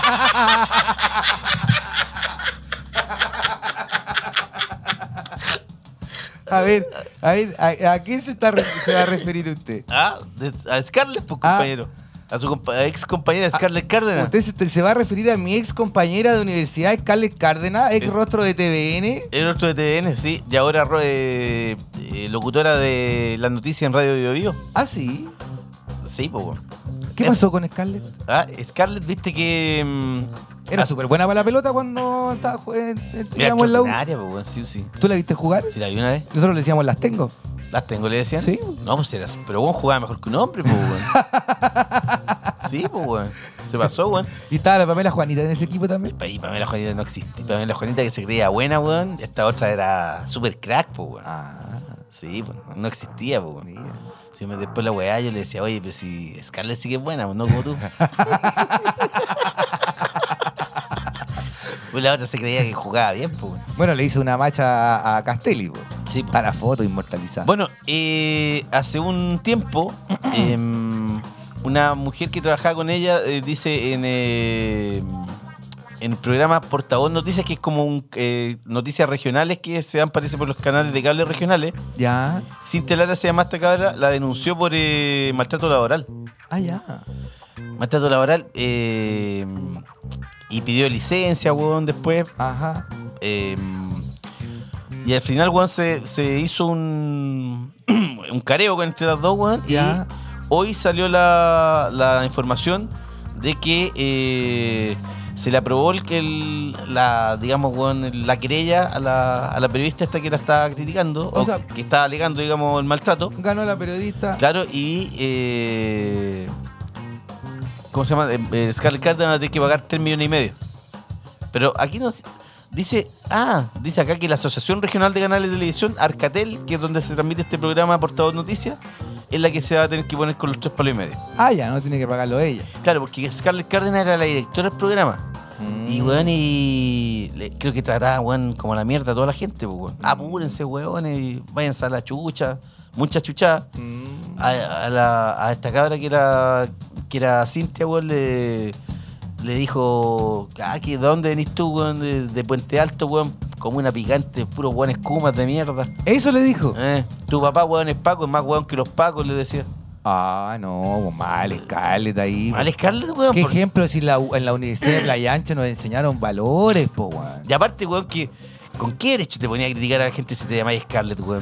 A ver, a ver, ¿a, a quién se, está, re- se va a referir usted? Ah, de- a Scarlett, pues, Ah. compañero. A su compa- a ex compañera Scarlett Cárdenas. ¿Usted se, se va a referir a mi ex compañera de universidad, Scarlett Cárdenas, ex Eh. rostro de T V N? El otro de T V N, sí. Y ahora ro- eh, eh, locutora de las noticias en Radio Bio Bio. Ah, sí. Sí, pues, weón. ¿Qué Eh, pasó con Scarlett? Ah, Scarlett, viste que... mm, Era ah, súper buena para la pelota cuando estaba, jue- era teníamos en la U. extraordinaria, pues, weón. Sí, sí. ¿Tú la viste jugar? Sí, la vi una vez. Nosotros le decíamos las tengo. Las tengo, le decían. Sí. No, pues era. Pero weón jugaba mejor que un hombre, pues, weón. Sí, pues, weón. Se pasó, weón. Y estaba la Pamela Juanita en ese equipo también. Y Pamela Juanita no existe. Pamela Juanita que se creía buena, weón. Esta otra era super crack, pues, weón. Ah, Sí, pues, no existía, pues, weón. mira. Sí, me- después la weá yo le decía, oye, pero si Scarlett sí que es buena, pues, no como tú. Pues la otra se creía que jugaba bien, pues, weón. Bueno, le hizo una macha a, a Castelli, po. Sí, pues. Está la foto inmortalizada. Bueno, eh, hace un tiempo, em, una mujer que trabajaba con ella eh, dice en, eh, en el programa Portavoz Noticias, que es como un, eh, noticias regionales que se dan, parece, por los canales de cable regionales. Ya. Cintia Lara se llama esta cabra, la denunció por eh, maltrato laboral. Ah, ya. Maltrato laboral eh, y pidió licencia, weón, después. Ajá. Eh, y al final, weón, se, se hizo un, un careo con entre las dos, weón. Ya. Y hoy salió la, la información de que eh, se le aprobó el, que el, la, digamos, weón, la querella a la, a la periodista esta que la estaba criticando, O o, sea- que estaba alegando, digamos, el maltrato. Ganó la periodista. Claro, y... Eh, ¿cómo se llama? Eh, eh, Scarlett Cárdenas va a tener que pagar tres millones y medio. Pero aquí nos dice, ah, dice acá que la Asociación Regional de Canales de Televisión, Arcatel, que es donde se transmite este programa Portavoz Noticias, es la que se va a tener que poner con los tres palos y medio. Ah, ya, no tiene que pagarlo ella. Claro, porque Scarlett Cárdenas era la directora del programa. Mm. Y, weón, y le- creo que trataba, weón, como la mierda a toda la gente, pues, weón. Apúrense, weones, y váyanse a la chucha, mucha chucha. Mm. A, a la, a esta cabra que era, que era Cintia, weón, le, le dijo, ah, que ¿de dónde venís tú, weón? De, de Puente Alto, weón, como una picante, puros weón escumas de mierda. Eso le dijo. Eh, tu papá, weón, es Paco, es más weón que los Pacos, le decía. Ah, no, pues mal, Scarlett ahí. Mal Scarlett, weón. ¿Qué por- ejemplo si la- en la Universidad de Playa Ancha nos enseñaron valores, po, weón? Y aparte, weón, que ¿con qué derecho te ponía a criticar a la gente si te llamáis Scarlett, weón?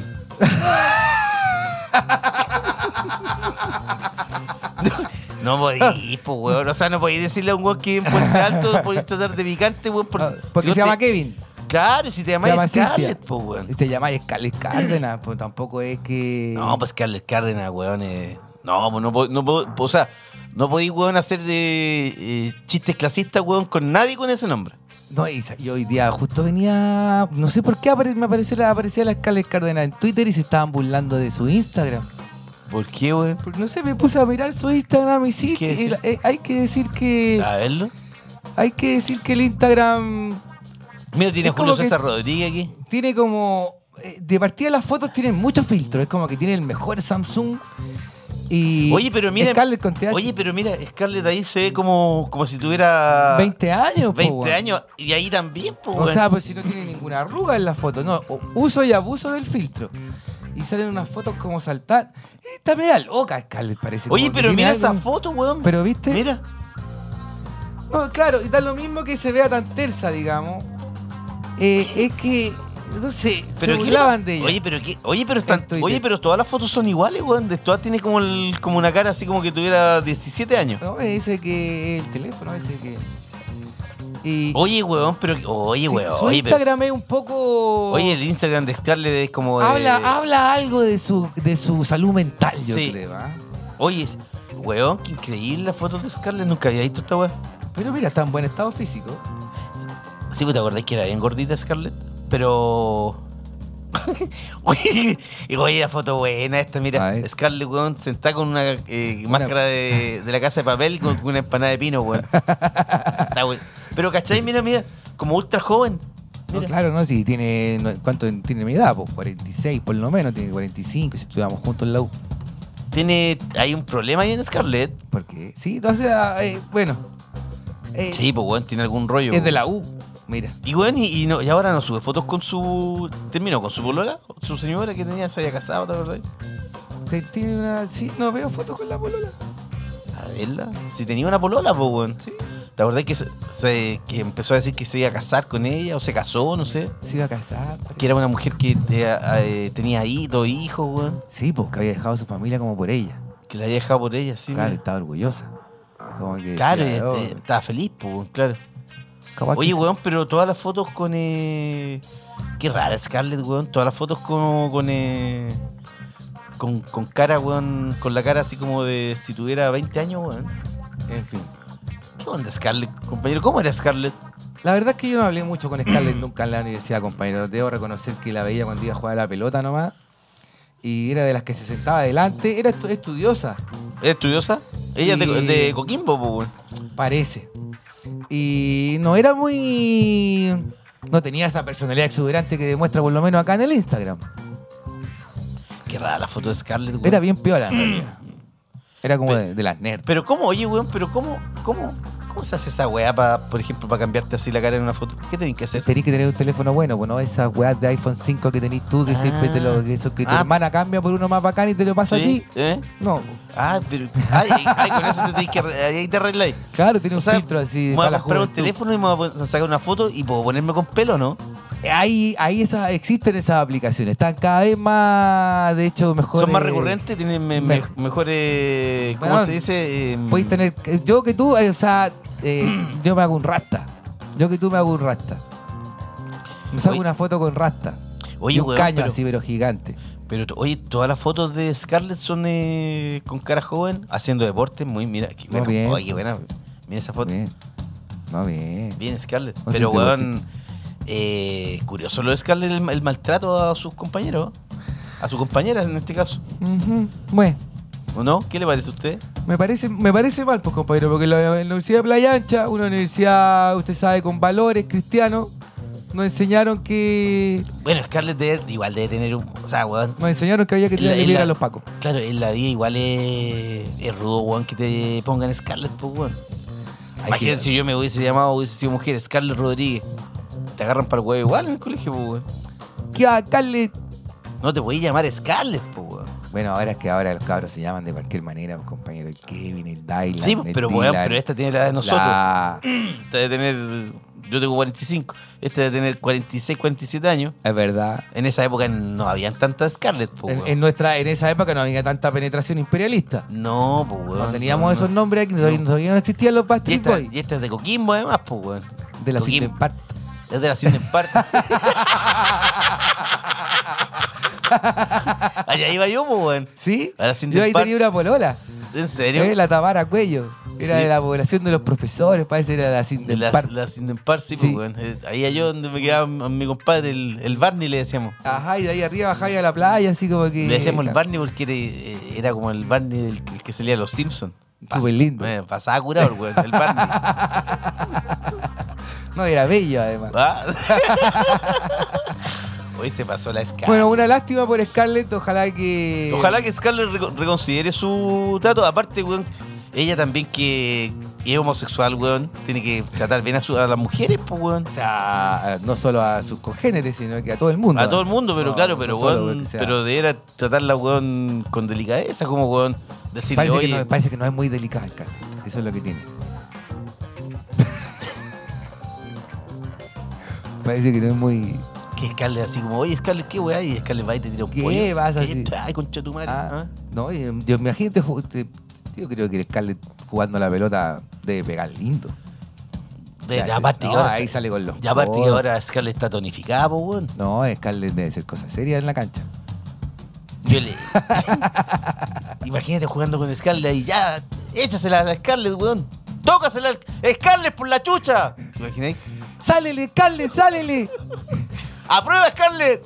No podís, pues, weón. O sea, no podís decirle a un weón que en Puente Alto podés tratar de picante, weón. Por, Ah, porque si se vos llama te- Kevin. Claro, si te Se llamáis llama Scarlett, Cintia. pues, weón. Y se llama Scarlett Cárdenas, pues tampoco es que... No, pues Scarlett Cárdenas, weón. eh, No, pues no puedo, no puedo- o sea, no podís, weón, hacer de eh, chistes clasistas, weón, con nadie con ese nombre. No, y, sa- y hoy día justo venía... No sé por qué apare- me apareció la, aparecía la Scarlett Cárdenas en Twitter y se estaban burlando de su Instagram. ¿Por qué, weón? Porque no sé, me puse a mirar su Instagram y sí, ¿Qué que decía? el- eh, hay que decir que. A verlo. Hay que decir que el Instagram Mira, tiene Es como Julio que- César Rodríguez aquí. tiene como. eh, De partida las fotos tienen muchos filtros. Es como que tiene el mejor Samsung. Y. Oye, pero mira. Scarlett con T H. Oye, pero mira, Scarlett ahí se ve como, como si tuviera veinte años, po, veinte weón. años. Y ahí también, pues, O sea, pues si no tiene ninguna arruga en la foto. No, o- uso y abuso del filtro. Y salen unas fotos como saltar. Eh, Está media loca, Scarlett, parece. Oye, como que pero tiene mira algo- esa foto, weón. Pero viste. Mira. No, claro, y da lo mismo que se vea tan tersa, digamos. Eh, es que. No sé, Pero se ¿qué burlaban le- de ella. Oye, pero qué, oye, pero están, En Twitter. oye, pero todas las fotos son iguales, weón. De todas tiene como el, como una cara así como que tuviera diecisiete años. No, me dice que el teléfono, ese que. Y Oye, weón, pero oye, sí, weón, su oye, pero- Instagram es un poco. oye, el Instagram de Scarlett es como de- habla, habla algo de su, de su salud mental, yo Sí. creo. ¿ah? Oye, es- weón, qué increíble la foto de Scarlett, nunca había visto esta weón. Pero mira, está en buen estado físico. Sí, pues te acordás que era bien gordita Scarlett, pero oye, oye, la foto buena esta, A mira, ver. Scarlett, weón, sentada con una eh, máscara de, de la casa de papel con una empanada de pino, weón. Está bueno. Pero, ¿cachai? Mira, mira, como ultra joven. No, Mira. claro, no, si tiene. No, ¿cuánto tiene mi edad? Pues cuarenta y seis por lo menos, tiene cuarenta y cinco si estudiamos juntos en la U. Tiene, hay un problema ahí en Scarlett. Porque, sí, o sea, eh, bueno. eh, Sí, pues, weón, tiene algún rollo. es de weón. la U, mira. Y, weón, y, y no, y ahora no sube fotos con su... Terminó con su polola, su señora que tenía, se había casado, ¿te acordás? Te- Tiene una. Sí, no veo fotos con la polola. A verla. Si tenía una polola, pues, weón. Sí. ¿Te acordás que, se, se- que empezó a decir que se iba a casar con ella o se casó, no sé? Se iba a casar. Que era una mujer que eh, eh, tenía ahí dos hijos, weón. Sí, pues que había dejado a su familia como por ella. Que la había dejado por ella, sí. Claro, mira. estaba orgullosa. Como que Claro, decía, y "Oh, este, estaba feliz, pues, weón, claro. capaz que Oye, sí". weón, pero todas las fotos con... Eh... Qué rara Scarlett, weón. Todas las fotos con... Con, eh... con, con cara, weón. Con la cara así como de si tuviera veinte años, weón. En fin. ¿Qué onda Scarlett, compañero? ¿Cómo era Scarlett? La verdad es que yo no hablé mucho con Scarlett nunca en la universidad, compañero. Debo reconocer que la veía cuando iba a jugar a la pelota nomás. Y era de las que se sentaba adelante. Era estu- estudiosa, ¿Es estudiosa? Ella es de, Y- de Coquimbo, pues, weón. parece. Y no era muy... No tenía esa personalidad exuberante que demuestra por lo menos acá en el Instagram. Qué rara la foto de Scarlett, weón. Era bien piola en realidad. Era como de, de las nerds. Pero cómo, oye, weón, pero cómo, cómo, cómo se hace esa weá, pa, por ejemplo, para cambiarte así la cara en una foto? ¿Qué tenés que hacer? Tenés que tener un teléfono bueno, pues no esas weas de iPhone cinco que tenés tú, que Ah. siempre te lo... Que, eso, que tu Ah. hermana cambia por uno más bacán y te lo pasa a ¿Sí? ti. ¿Eh? No, Ah, pero. Ay, ay, ay, con eso te tenés que. arre- Ahí te arregláis. claro, tiene O un sea, filtro así me voy para a la comprar un juventud. teléfono y me voy a sacar una foto y puedo ponerme con pelo, ¿no? Ahí, ahí esa, existen esas aplicaciones, están cada vez más, de hecho, mejores. Son más recurrentes, tienen me- me- me- mejores. ¿Cómo Bueno, se dice? Eh, Puedes tener, yo que tú, eh, o sea, eh, yo me hago un rasta. Yo que tú me hago un rasta. Me saco Oye. una foto con rasta. Oye, y un weón, caño pero- así, pero gigante. Pero, to- oye, todas las fotos de Scarlett son eh, con cara joven, haciendo deporte. Muy, mira, qué No, buena. bien. Oye, qué buena. Mira esa foto. Bien, Bien. No, bien. Scarlett. No sé Pero, si te weón, eh, curioso lo de Scarlett, el, el maltrato a sus compañeros. A su compañera, en este caso. Ujú. Bueno, ¿O no? ¿Qué le parece a usted? me parece, me parece mal, pues, compañero, porque la, la Universidad de Playa Ancha, una universidad, usted sabe, con valores cristianos, nos enseñaron que Bueno, Scarlett debe- igual debe tener un. O sea, weón. nos enseñaron que había que En la- tener en que ir la- a los pacos. Claro, en la vida igual es, es rudo, weón, que te pongan Scarlett, pues, weón. Hay Imagínate que- si yo me hubiese llamado, hubiese sido mujer, Scarlett Rodríguez. Te agarran para el huevo igual en el colegio, pues, weón. ¿Qué va, Scarlett? No te podías llamar Scarlett, pues, weón. Bueno, ahora es que ahora los cabros se llaman de cualquier manera, pues, compañero. El Kevin, el Dylan, Sí, pues, el pero, weón, Dylan, pero esta tiene la edad de nosotros. la- Esta debe tener. Yo tengo cuarenta y cinco. Esta debe tener cuarenta y seis, cuarenta y siete años. Es verdad. En esa época no habían tantas Scarlett, pues, En, weón. en nuestra, en esa época no había tanta penetración imperialista. No, pues, weón. No teníamos no, esos no. nombres aquí, todavía, todavía no existían los Y Backstreet esta, Boys. y esta es de Coquimbo, además, pues, weón. De la Coquimbo. Silver Part. Es de la Cindy Park. Allá iba yo, pues, weón. ¿Sí? A la Silver Yo ahí Part. tenía una polola. ¿En serio? Eh, la Tamara Cuello. ¿Sí? Era Sí. de la población de los profesores, parece era la De Sindempar. la, la Sindempar, sí, Sí. pues, weón. Eh, Ahí allá donde me quedaba mi mi compadre, el, el Barney, le decíamos. Ajá, y de ahí arriba bajaba a la playa, así como que. Le decíamos el Barney porque era, eh, era como el Barney del el que salía a los Simpsons. Súper lindo. Eh, pasaba curado, el weón, el Barney. No, era bello además. ¿Ah? Hoy se pasó la Scarlett. Bueno, una lástima por Scarlett, ojalá que. Ojalá que Scarlett reco- reconsidere su trato. Aparte, weón, ella también que es homosexual, weón, tiene que tratar bien a, su- a las mujeres, pues, weón. O sea, no solo a sus congéneres, sino que a todo el mundo. A todo el mundo, pero No, claro, no pero solo weón, porque sea- pero debería tratarla, weón, con delicadeza, como weón, decirle, Parece, oye, que no, parece que no es muy delicada Scarlett. Eso es lo que tiene. Parece que no es muy. que Scarlett así como, oye, Scarlett, ¿qué weá? Y Scarlett va y te tira un ¿Qué pollo. vas ¿Qué? así? Ay, concha tu madre. Ah, ¿Ah? no, yo, yo me imagino, yo creo que el Scarlett jugando la pelota debe pegar lindo. De, Ya, de- aparte no, que ahora, ahí sale con los y aparte que codos. ahora Scarlett está tonificada, po, weón. No, Scarlett debe ser cosa seria en la cancha. Yo le... Imagínate jugando con Scarlett y ya, échasela a la Scarlett, weón. Tócasela a Scarlett por la chucha. ¿Te imagináis? ¡Sálele, Scarlett, sálele! ¡Aprueba, Scarlett!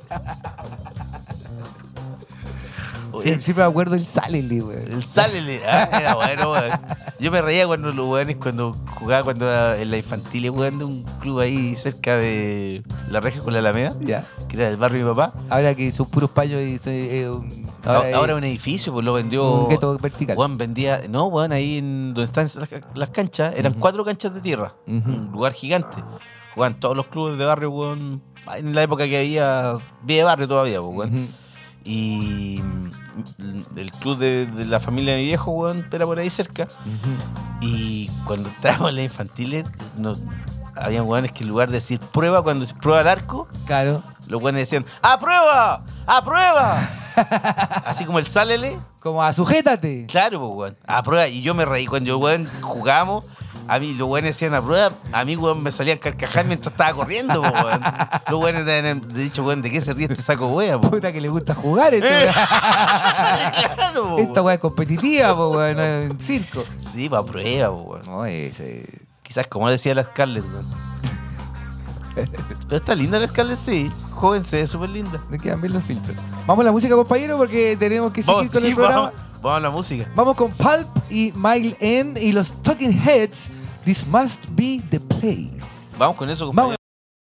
Oye, Sie- Siempre me acuerdo el sálele, güey. el sálele. Ah, era bueno, weón. Yo me reía cuando los weones, cuando jugaba cuando era en la infantil, weón, de un club ahí cerca de la reja con la Alameda, Ya. que era del barrio de mi papá. Ahora que son puros payos y soy, eh, un, Ahora, es ahora un edificio, pues lo vendió. un gueto vertical. Juan vendía. No, weón, ahí en donde están las, las canchas, eran Ujú. cuatro canchas de tierra. Ujú. Un lugar gigante. Jugaban todos los clubes de barrio, weón. En la época que había. Vía de barrio todavía, pues, weón. Ujú. Y mm, el club de, de la familia de mi viejo, weón, era por ahí cerca. Ujú. Y cuando estábamos en las infantiles, no, habían weones que en lugar de decir prueba, cuando se prueba el arco, Claro. los weones decían ¡aprueba! ¡aprueba! Así como el sálele. Como a sujétate. Claro, pues, weón. Aprueba. Y yo me reí cuando yo, weón, jugamos. A mí, los weones decían a prueba. A mí, weón, me salían carcajar mientras estaba corriendo, pues, weón. Los weones te han dicho, weón, ¿de qué se ríe este saco wea, po? Puta que le gusta jugar esto. Eh. Claro, po, Esta weón. weá es competitiva, po, weón, no es un circo. Sí, pa' prueba, pues, weón. No, es. eh, Quizás como decía la Scarlett, weón. Pero está linda la Scarlett, sí. Joven, se ve súper linda. Me quedan bien los filtros. Vamos a la música, compañero, porque tenemos que seguir Vamos, con sí, el programa. vamos, vamos a la música. Vamos con Pulp y Mile End y los Talking Heads. This must be the place. Vamos con eso, compañero.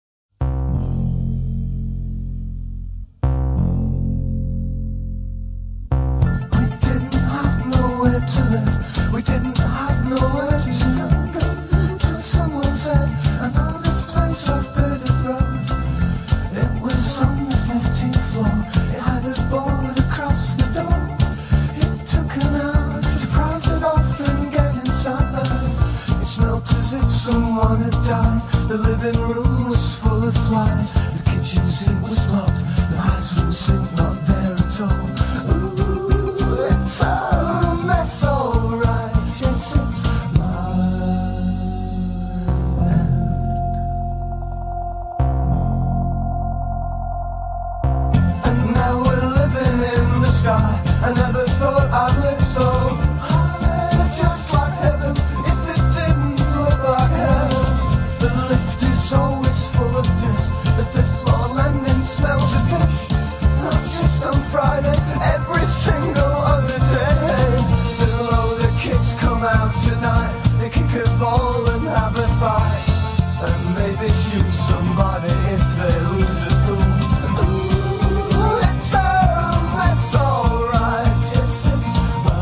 We didn't have nowhere to live. We didn't have nowhere to go. Till someone said, I know this place I've heard it road. It was on the fifteenth floor. It had a board across the door. It took an hour to price it off and get inside. It smelt as if someone had died. The living room was full of flies. The kitchen sink was blocked. The bathroom sink not there at all. Ooh, it's a mess, alright. Yes, it's mine. And now we're living in the sky. I never thought I'd live so high. Just like heaven, if it didn't look like hell. The lift is always full of piss. The fifth floor landing smells of fish. Not just on Friday, every single other day. Below the kids come out tonight. They kick a ball and have a fight. And maybe shoot somebody if they lose a pool. Ooh, it's a mess, alright. Yes, it's mine.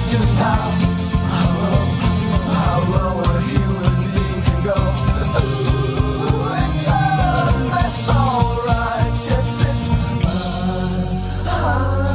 just how, how low, how low a human being can go. Ooh, it's a mess, alright, yes, it's alright.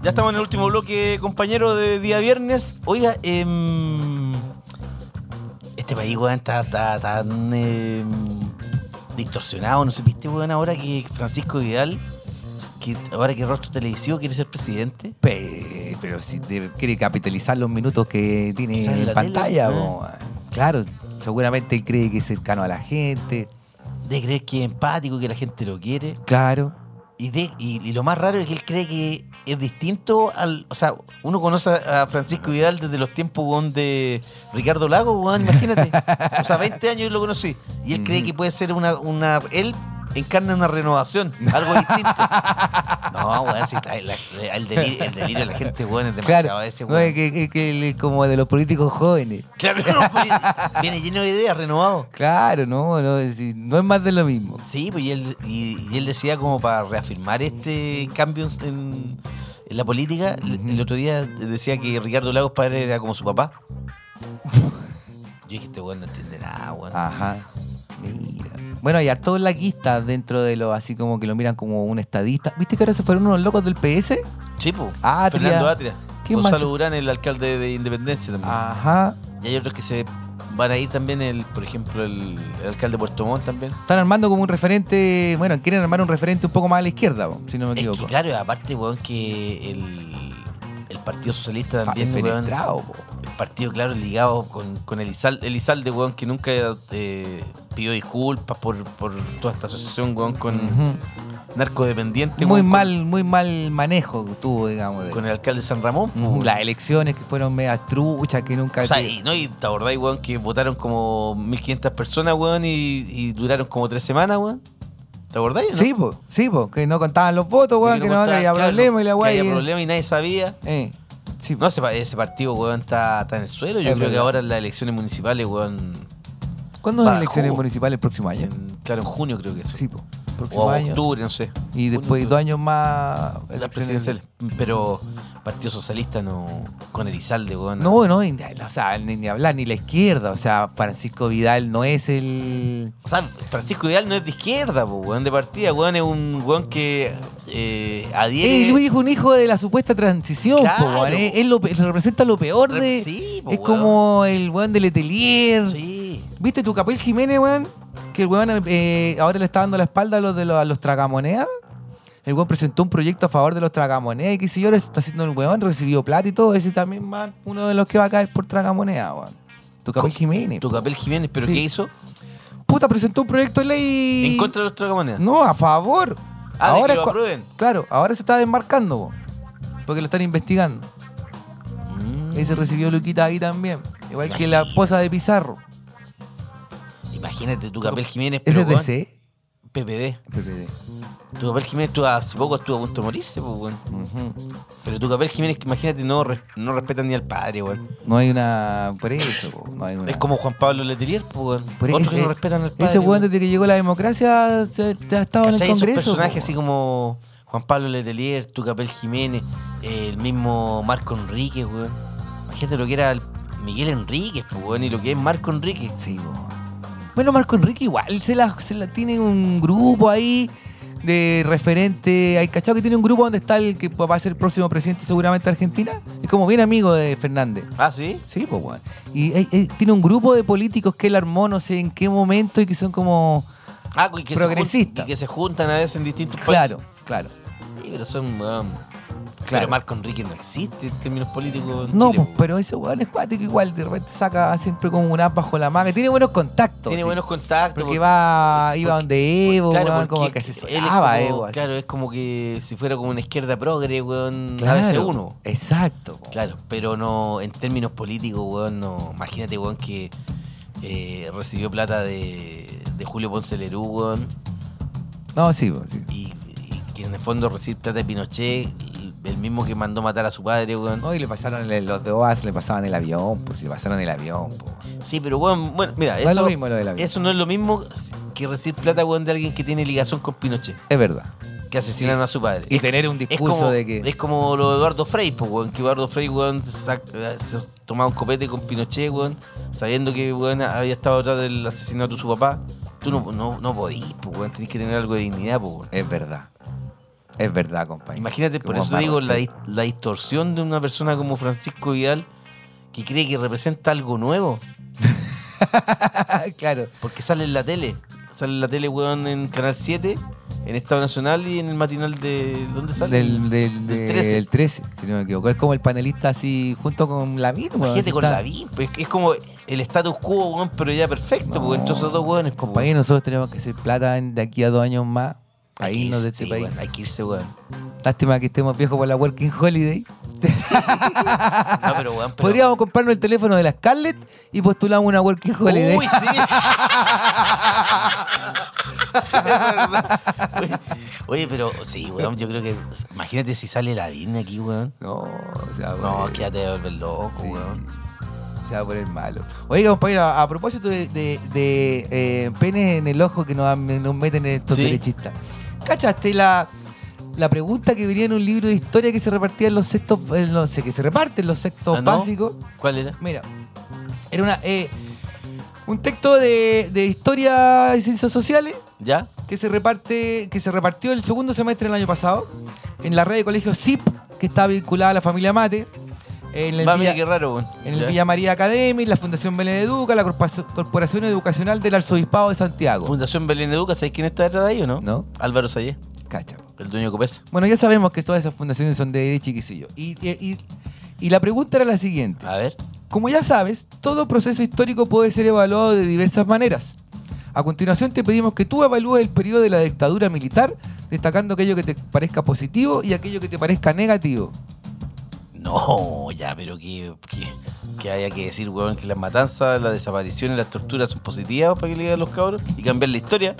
Ya estamos en el último bloque, compañero, de día viernes. Oiga, eh, este país, weón, está, está tan eh, distorsionado. ¿No se viste, weón, ahora que Francisco Vidal, que ahora que Rostro Televisivo quiere ser presidente? Pe- pero si te- quiere capitalizar los minutos que tiene Quizás en en la pantalla, tele, po, claro, seguramente él cree que es cercano a la gente, De creer que es empático, que la gente lo quiere. claro. Y, de, y, y lo más raro es que él cree que es distinto al... O sea, uno conoce a Francisco Vidal desde los tiempos, weón, de Ricardo Lago, weón, imagínate. O sea, veinte años yo lo conocí. Y él cree que puede ser una... una él encarna una renovación, algo distinto. No, weón, si está- la- el, delirio, el delirio de la gente, weón, es demasiado Claro, ese, no, weón. es que, que- que él es como de los políticos jóvenes. Claro, no, pues, viene lleno de ideas, renovado. Claro, no, no, es, decir, no es más de lo mismo. Sí, pues y él, y, y él decía como para reafirmar este cambio en, en la política, el- el otro día decía que Ricardo Lagos padre era como su papá. Yo dije, este weón no entiende nada, weón. Ajá. Mira. Bueno, hay hartos laquistas dentro de lo, así como que lo miran como un estadista. ¿Viste que ahora se fueron unos locos del P S? Sí, pues. Atria. Fernando Atria. ¿Quién Gonzalo más? Durán, el alcalde de Independencia también. Ajá. Y hay otros que se van a ir también, el, por ejemplo, el, el alcalde de Puerto Montt también. Están armando como un referente, bueno, quieren armar un referente un poco más a la izquierda, po, si no me Es equivoco. que claro, aparte, weón, que el, el Partido Socialista Ah, también, es weón, penetrado, po. el partido, claro, ligado con, con Elizalde, Elizalde, weón, que nunca eh, pidió disculpas por, por toda esta asociación, weón, con Ujú. narcodependientes. Muy weón, con- mal, muy mal manejo tuvo, digamos. de- Con, el alcalde de San Ramón. po, Ujú. weón. Las elecciones que fueron medias truchas, que nunca... O sea, que- y, ¿no? y te acordáis, weón, que votaron como mil quinientas personas, weón, y, y duraron como tres semanas, weón. ¿Te acordáis, no? Sí, po, sí, po, que no contaban los votos, weón, que no, que contaba- había claro, problema y la que weá. había y- problema y nadie sabía. Eh, sí, po. No, ese, pa- ese partido, weón, está, está en el suelo. Yo Es creo que verdad. ahora en las elecciones municipales, weón, ¿Cuándo son bajó. elecciones municipales el próximo año? en- claro, en junio creo que eso. Sí, po, O próximo año. octubre, no sé. Y Junio, después octubre. dos años más Las elecciones. presidenciales. Pero Partido Socialista no. Con Elizalde, weón. No, no, ni- o sea, ni, ni hablar, ni la izquierda. O sea, Francisco Vidal no es el. O sea, Francisco Vidal no es de izquierda, po, weón, de partida, weón, es un weón que eh, adhiere. Él es un hijo de la supuesta transición, Claro. po, weón. Él, él lo pe- representa lo peor de. Sí, po, es weón. como el weón de Letelier. Sí. ¿Viste tu Capel Jiménez, weón? Que el weón eh, ahora le está dando la espalda a los de los, a los tragamonedas. El weón presentó un proyecto a favor de los tragamonedas y qué sé yo, ahora se está haciendo el weón, recibió plata y todo. Ese también va uno de los que va a caer por tragamonedas, weón. Tu Capel Jiménez. Tu po. Capel Jiménez, ¿pero Sí. qué hizo? Puta, presentó un proyecto de ley. En contra de los tragamonedas. No, a favor. Ah, de que es lo cua- aprueben. Claro, ahora se está desmarcando, po, porque lo están investigando. Mm. Ese recibió Luquita ahí también. Igual que la Imagínate. esposa de Pizarro. Imagínate, tu Capel Jiménez, ¿Ese pero es de weón, C? P P D. P P D. Tu Capel Jiménez estuvo, hace poco estuvo a punto de morirse, pues, weón. Ujú. Pero tu Capel Jiménez, que imagínate, no, res- no respetan ni al padre, weón. No hay una. Por eso, po, no hay una. Es como Juan Pablo Letelier, pues, weón. Por Otros eso, que no eh, respetan al padre. Ese weón, weón. desde que llegó la democracia, se, se ha estado en el ¿Cachai? Esos Congreso. personajes po, así como Juan Pablo Letelier, tu Capel Jiménez, eh, el mismo Marco Enríquez, weón. Imagínate lo que era el Miguel Enríquez, pues, weón, y lo que es Marco Enríquez. Sí, po. Bueno, Marco Enrique igual se la, se la tiene un grupo ahí de referente. Hay cachado que tiene un grupo donde está el que va a ser el próximo presidente seguramente de Argentina. Es como bien amigo de Fernández. Ah, ¿sí? Sí, pues, weón. Y eh, eh, tiene un grupo de políticos que él armó no sé en qué momento y que son como. Ah, y que Progresista. Se jun- y que se juntan a veces en distintos Claro, países. claro. Sí, pero son, weón. Claro. Pero Marco Enrique no existe en términos políticos. en No, Chile, pues, po. pero ese weón es cuático igual. De repente saca siempre como un as bajo la manga. Tiene buenos contactos. Tiene sí. buenos contactos. Porque porque- va, iba porque- donde Evo, claro, weón, como porque que se él es solaba como- Evo. así. Claro, es como que si fuera como una izquierda progre, weón, a Claro, veces uno. Exacto. po. Claro, pero no, en términos políticos, weón, no. Imagínate, weón, que eh, recibió plata de, de Julio Ponce Lerú, weón, No, sí, po, sí. y, y que en el fondo recibe plata de Pinochet, el, el mismo que mandó matar a su padre, weón. No, y le pasaron el- los de O A S, le pasaban el avión, pues le pasaron el avión, po. Sí, pero weón, bueno, mira, No eso, es lo mismo lo del avión. eso no es lo mismo que recibir plata, weón, de alguien que tiene ligación con Pinochet, Es verdad. que asesinaron a su padre. Y Es- tener un Es discurso como, de que. es como lo de Eduardo Frei, pues, weón, que Eduardo Frei, weón, se, sac- se tomaba un copete con Pinochet, weón, sabiendo que, weón, había estado atrás del asesinato de su papá. Tú no, no, no podís, pues, weón, tenés que tener algo de dignidad, pues, weón. Es verdad. Es verdad, compañero. Imagínate, por Como eso te digo, la, Marroquín. dis- la distorsión de una persona como Francisco Vidal que cree que representa algo nuevo. Claro. Porque sale en la tele. Sale en la tele, weón, en Canal siete, en Estado Nacional y en el matinal de... ¿Dónde sale? Del, del, Del del trece. trece, si no me equivoco. Es como el panelista así, junto con Lavín. weón, Imagínate así con está. Lavín. Pues es como el status quo, weón, pero ya perfecto, porque entre esos dos weones. pues, Compañero, nosotros tenemos que hacer plata en- de aquí a dos años más. hay que Para irnos de irse, este sí, país. weón, hay que irse, weón. Lástima que estemos viejos por la Working Holiday. No, pero weón, pero... Podríamos comprarnos el teléfono de la Scarlett y postulamos una Working Holiday. Uy, sí. Es verdad. Oye, oye, pero sí, weón, yo creo que... Imagínate si sale Lavín aquí, weón. No, o sea, No, weón, quédate de volver loco, sí, weón. se va a poner malo. Oiga, compañero, a, a propósito de, de, de, eh, penes en el ojo que nos, nos meten estos Sí. derechistas. ¿Cachaste la, la pregunta que venía en un libro de historia que se repartía en los sextos, en los, que se reparte en los sextos ¿Ah, no? básicos? ¿Cuál era? Mira, era una eh, un texto de, de historia y ciencias sociales ¿Ya? que se reparte, que se repartió el segundo semestre del año pasado en la red de colegio S I P, que está vinculada a la familia Mate, en el Va, Villa, mira qué raro, weón. en el Ya. Villa María Academy, la Fundación Belén Educa, la Corporación- Corporación Educacional del Arzobispado de Santiago. Fundación Belén Educa, ¿sabes quién está detrás de ahí o no? ¿No? Álvaro Sayé, Cacha, po. el dueño de Copesa. Bueno, ya sabemos que todas esas fundaciones son de derecha y qué sé yo. Y, y, y- y la pregunta era la siguiente. A ver. Como ya sabes, todo proceso histórico puede ser evaluado de diversas maneras. A continuación te pedimos que tú evalúes el periodo de la dictadura militar, destacando aquello que te parezca positivo y aquello que te parezca negativo. No, ya, pero que, que, que haya que decir, weón, que las matanzas, las desapariciones, las torturas son positivas para que le digan a los cabros y cambiar la historia.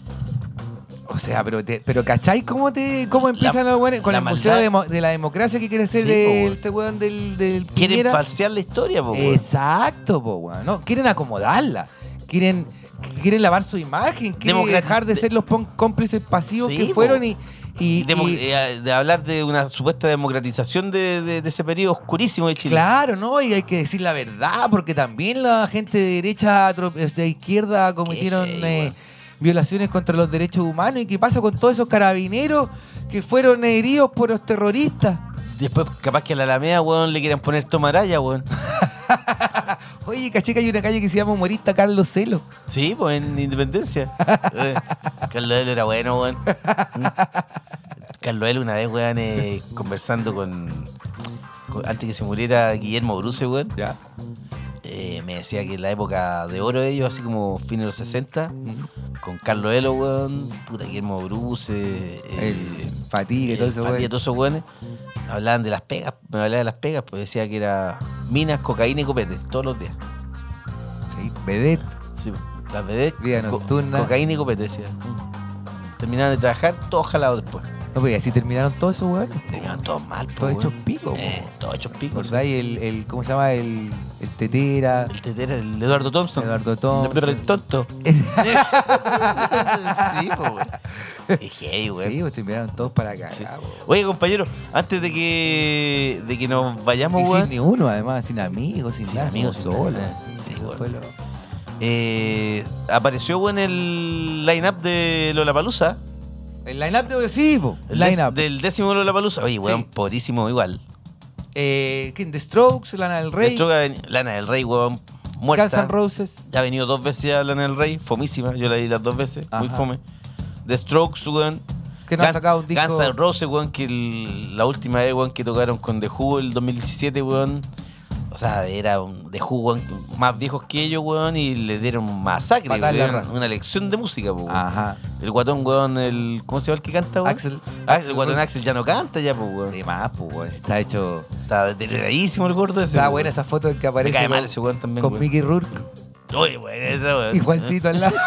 O sea, pero te, pero ¿cachai cómo te cómo empiezan La- los weones con la el Museo maldad. de, Demo- de la Democracia que quiere ser Sí, po, el, weón. este weón del, del Quieren Piñera? falsear la historia, po, weón. Exacto, po, weón. No, quieren acomodarla. Quieren, quieren lavar su imagen. Quieren Democrati- dejar de de- ser los pon- cómplices pasivos Sí, que po. fueron y... y- Demo- y- eh, de hablar de una supuesta democratización de, de- de ese periodo oscurísimo de Chile. Claro, ¿no? Y hay que decir la verdad, porque también la gente de derecha, atro- de izquierda cometieron Qué, eh, weón. violaciones contra los derechos humanos. ¿Y qué pasa con todos esos carabineros que fueron heridos por los terroristas? Después, capaz que a la Alameda, weón, le quieran poner tomaraya, weón. Oye, caché que hay una calle que se llama Humorista Carlos Celo. Sí, pues en Independencia. Eh, Carlos Elo era bueno, weón. Mm. Carlos Elo una vez, weón, eh, conversando con, con- antes que se muriera Guillermo Bruce, weón. Ya. eh, me decía que en la época de oro de ellos, así como fines de los sesenta, con Carlos Elo, weón, puta Guillermo Bruce, eh, El Fatiga y todo el eso, Fatiga, weón. todos esos weones, hablaban de las pegas, me hablaba de las pegas, pues decía que era minas, cocaína y copete, todos los días. Sí, vedette. Sí, las vedettes, Vida co- nocturna. cocaína y copete, decía. Terminaban de trabajar, todos jalados después. No, pues y así terminaron todos esos weones. Terminaban todos mal, po, Todos weón. hechos pico, Eh, todos hechos picos. ¿Verdad? Y el, el, ¿cómo se llama? El, el Tetera. El tetera, el Eduardo Thompson. Eduardo Thompson. El, el tonto. Sí, po, weón. Es heavy, weón. Sí, pues terminaron todos para acá. Sí. Oye, compañero, antes de que, de que nos vayamos, Y weón, sin ni uno, además, sin amigos, sin, Sin nada, amigos, somos sin solos. nada. Sí, Eso weón. fue lo- eh, apareció weón, el line-up de Lollapalooza. El line-up de sí, po, El line-up. de- Del décimo Lollapalooza. Oye, weón, Sí. pobrísimo igual. Eh, ¿quién? The Strokes, Lana del Rey, Destruga ven- Lana del Rey, weón, muerta. Guns N' Roses. Ya ha venido dos veces a Lana del Rey, fomísima. Yo la vi las dos veces, muy Ajá. fome. The Strokes, weón. Que no ha Guns- sacado un disco. Guns N' Roses, weón, que el- la última vez, weón, que tocaron con The Who el dos mil diecisiete, weón. O sea, era un The Who, weón, más viejos que ellos, weón, y le dieron masacre, Patada le en la dieron raja. una lección de música, weón. Ajá. El guatón, weón, el. ¿Cómo se llama el que canta, weón? Axel. Axel, el guatón Axel ya no canta, ya, pues, weón. De más, pues, weón. Está hecho. Está deterioradísimo el gordo ese. Está weón. buena esa foto en que Me aparece cae mal con, ese weón también, con weón. Mickey Rourke Oye, weón, ese weón. y Juancito al lado.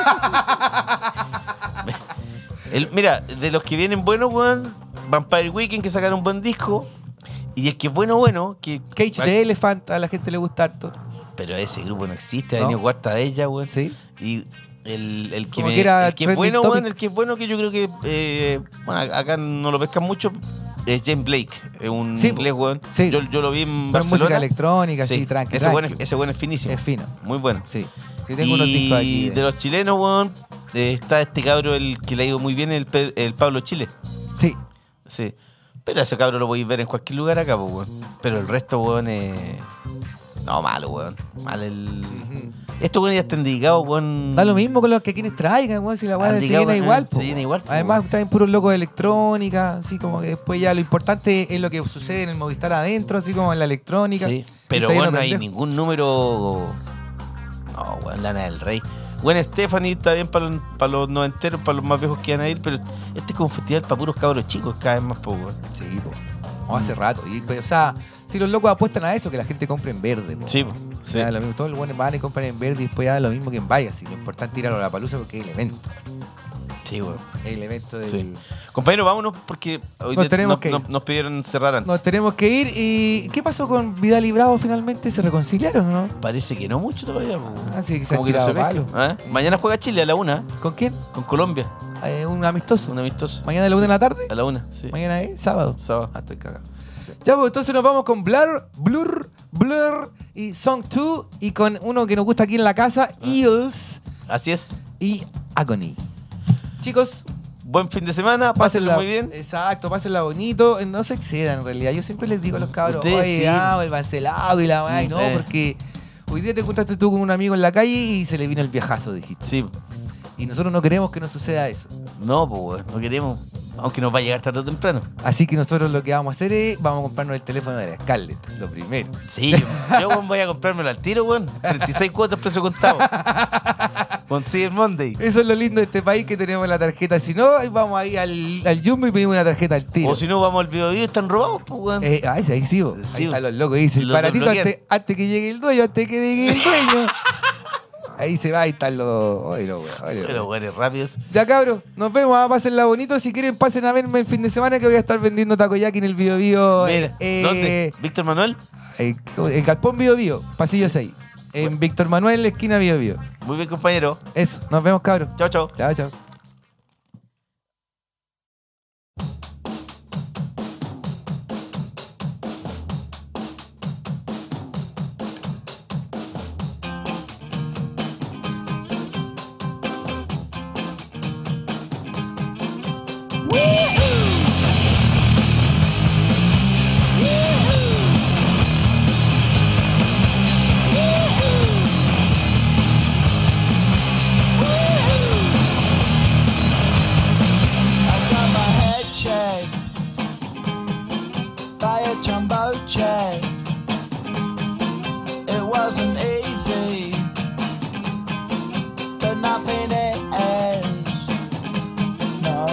El- mira, de los que vienen buenos, weón, Vampire Weekend, que sacaron un buen disco. Y es que es bueno, bueno, que. Cage the Elephant, a la gente le gusta harto. Pero ese grupo no existe, ha ¿No? venido cuarta vez ya, weón. Sí. Y el, el que, Como me- que era el que es trending bueno, topic. weón, el que es bueno, que yo creo que. eh, bueno, acá no lo pescan mucho, es James Blake. Es un Sí, inglés, weón. sí. Yo, yo lo vi en Pero música Barcelona. electrónica, Sí, así, tranqui. ese, weón tranqui. es, ese weón es finísimo. Es fino. Muy bueno. Sí. Sí, tengo unos y discos aquí. de los chilenos, weón, eh, está este cabro, el que le ha ido muy bien, el, Pe- el Pablo Chile. Sí. Sí. Pero ese cabro lo podéis ver en cualquier lugar acá, pues, weón. Pero el resto, weón, es... No, malo, weón. Mal el... Ujú. Estos weón ya están dedicados, weón... Da lo mismo con los que quienes traigan, weón, si la weá Han se dedicado, llena eh, igual. se po, llena weón. igual, po, Además weón. traen puros locos de electrónica, así como que después ya lo importante es lo que sucede en el Movistar adentro, así como en la electrónica. Sí, pero Está lleno bueno, no de hay pendejos. ningún número... No, weón, Lana del Rey. Bueno, Stephanie está bien para los, para los noventeros, para los más viejos que van a ir, pero este es como un festival para puros cabros chicos, cada vez más poco, weón. Sí, po. No, hace rato. Y, pues, o sea, si los locos apuestan a eso, que la gente compre en verde. Po. Sí, po, O sí. sea, lo mismo, todos los buenos van y compran en verde y después ya lo mismo que en vaya. Así, lo importante es tirarlo a la palusa porque es el evento. Sí, weón. Es el evento del... Sí. Compañero, vámonos porque hoy Nos día tenemos nos, que ir. nos- nos pidieron cerrar antes. Nos tenemos que ir. ¿Y qué pasó con Vidal y Bravo finalmente? ¿Se reconciliaron o no? Parece que no mucho todavía, po. Ah, sí, que se Como han que no se tirado pesca. ¿Ah? Mañana juega Chile a la una, ¿Con quién? con Colombia. Eh, un amistoso. Un amistoso. ¿Mañana a la una de la tarde? A la una, sí. ¿Mañana es? ¿Sábado? Sábado. Ah, estoy cagado. Ya, pues entonces nos vamos con Blur, Blur, Blur y Song dos y con uno que nos gusta aquí en la casa, Eels Así es. y Agony. Chicos, Buen fin de semana, pásenlo pásenla muy bien. Exacto, pásenla bonito. No se excedan en realidad. Yo siempre les digo a los cabros, Ustedes oye, sí. ah, el cancelado y la weá, y no, Eh. porque hoy día te encontraste tú con un amigo en la calle y se le vino el viajazo, dijiste. Sí. Y nosotros no queremos que nos suceda eso. No, pues, weón, no queremos. Aunque nos va a llegar tarde o temprano. Así que nosotros lo que vamos a hacer es, vamos a comprarnos el teléfono de la Scarlett, lo primero. Sí, yo, yo weón, voy a comprármelo al tiro, weón. treinta y seis cuotas precio contado. Con Cyber Monday. Eso es lo lindo de este país, que tenemos la tarjeta. Si no, vamos ahí al, al Jumbo y pedimos una tarjeta al tiro. O si no, vamos al video y están robados, pues, weón. Eh, ahí, ahí sí, bo. Sí, ahí bo. están los locos. Dice el Los baratito desbloquean. antes, antes que llegue el dueño, antes que llegue el dueño. Ahí se va, ahí están los... Oye, los weón, oye, los Pero, weón. weón, rápidos. Ya, cabros, nos vemos. Ah, pásenla bonito. Si quieren, pasen a verme el fin de semana, que voy a estar vendiendo takoyaki en el Bio Bio. Mira, eh, ¿dónde? ¿Víctor Manuel? eh, el Galpón Bio Bio, pasillo seis. En Víctor Manuel, esquina Bio Bio. Muy bien, compañero. Eso, nos vemos, cabros. Chao, chao. Chao, chao. I got my head checked by a jumbo check. It wasn't easy, but nothing is. No.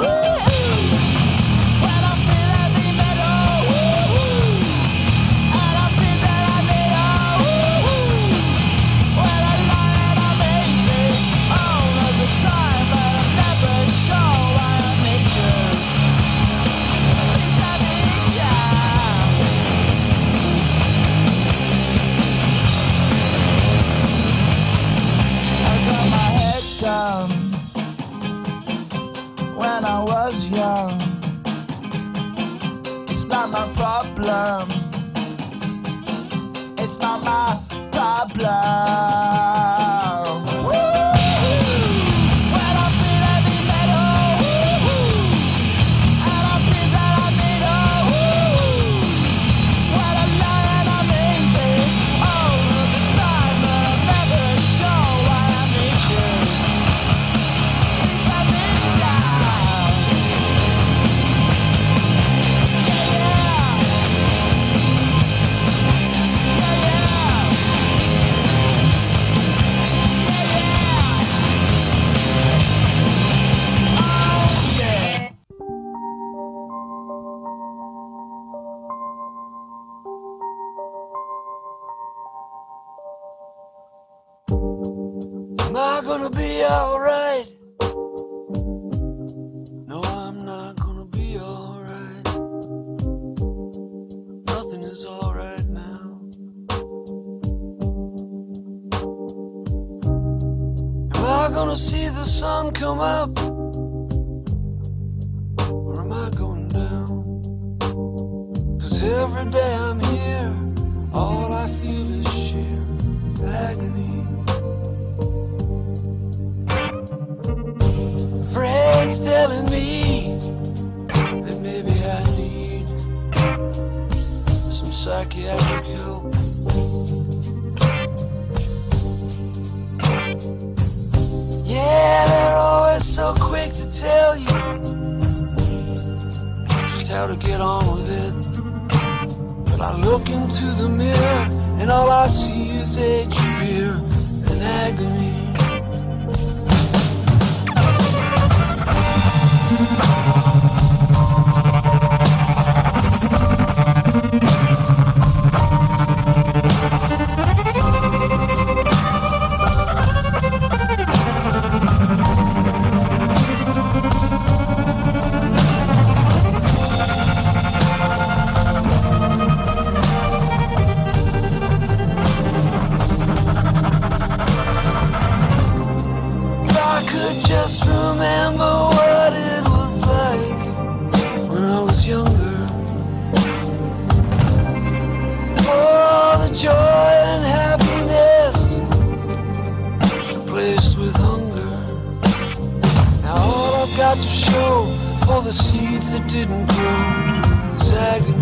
When I feel heavy metal, and I feel that I need a when I lie and I'm easy all of the time, but I'm never sure why I need you. At least I need ya. I got my head down when I was young. It's not my problem. It's not my problem. When I feel heavy metal, and I feel that I need a when I lie and I'm easy all of the time, but I'm never sure why I need you. At least I need ya. Yeah, yeah. Yeah, yeah. Oh, yeah. Am I gonna be alright? No, I'm not gonna be alright. Nothing is alright now. Am I gonna see the sun come up? Or am I going down? 'Cause every day I'm here, all I feel is sheer agony. Fred's telling me that maybe the mirror, and all I see is age, fear, and agony. Just remember what it was like when I was younger. For all the joy and happiness was replaced with hunger. Now all I've got to show for the seeds that didn't grow is agony.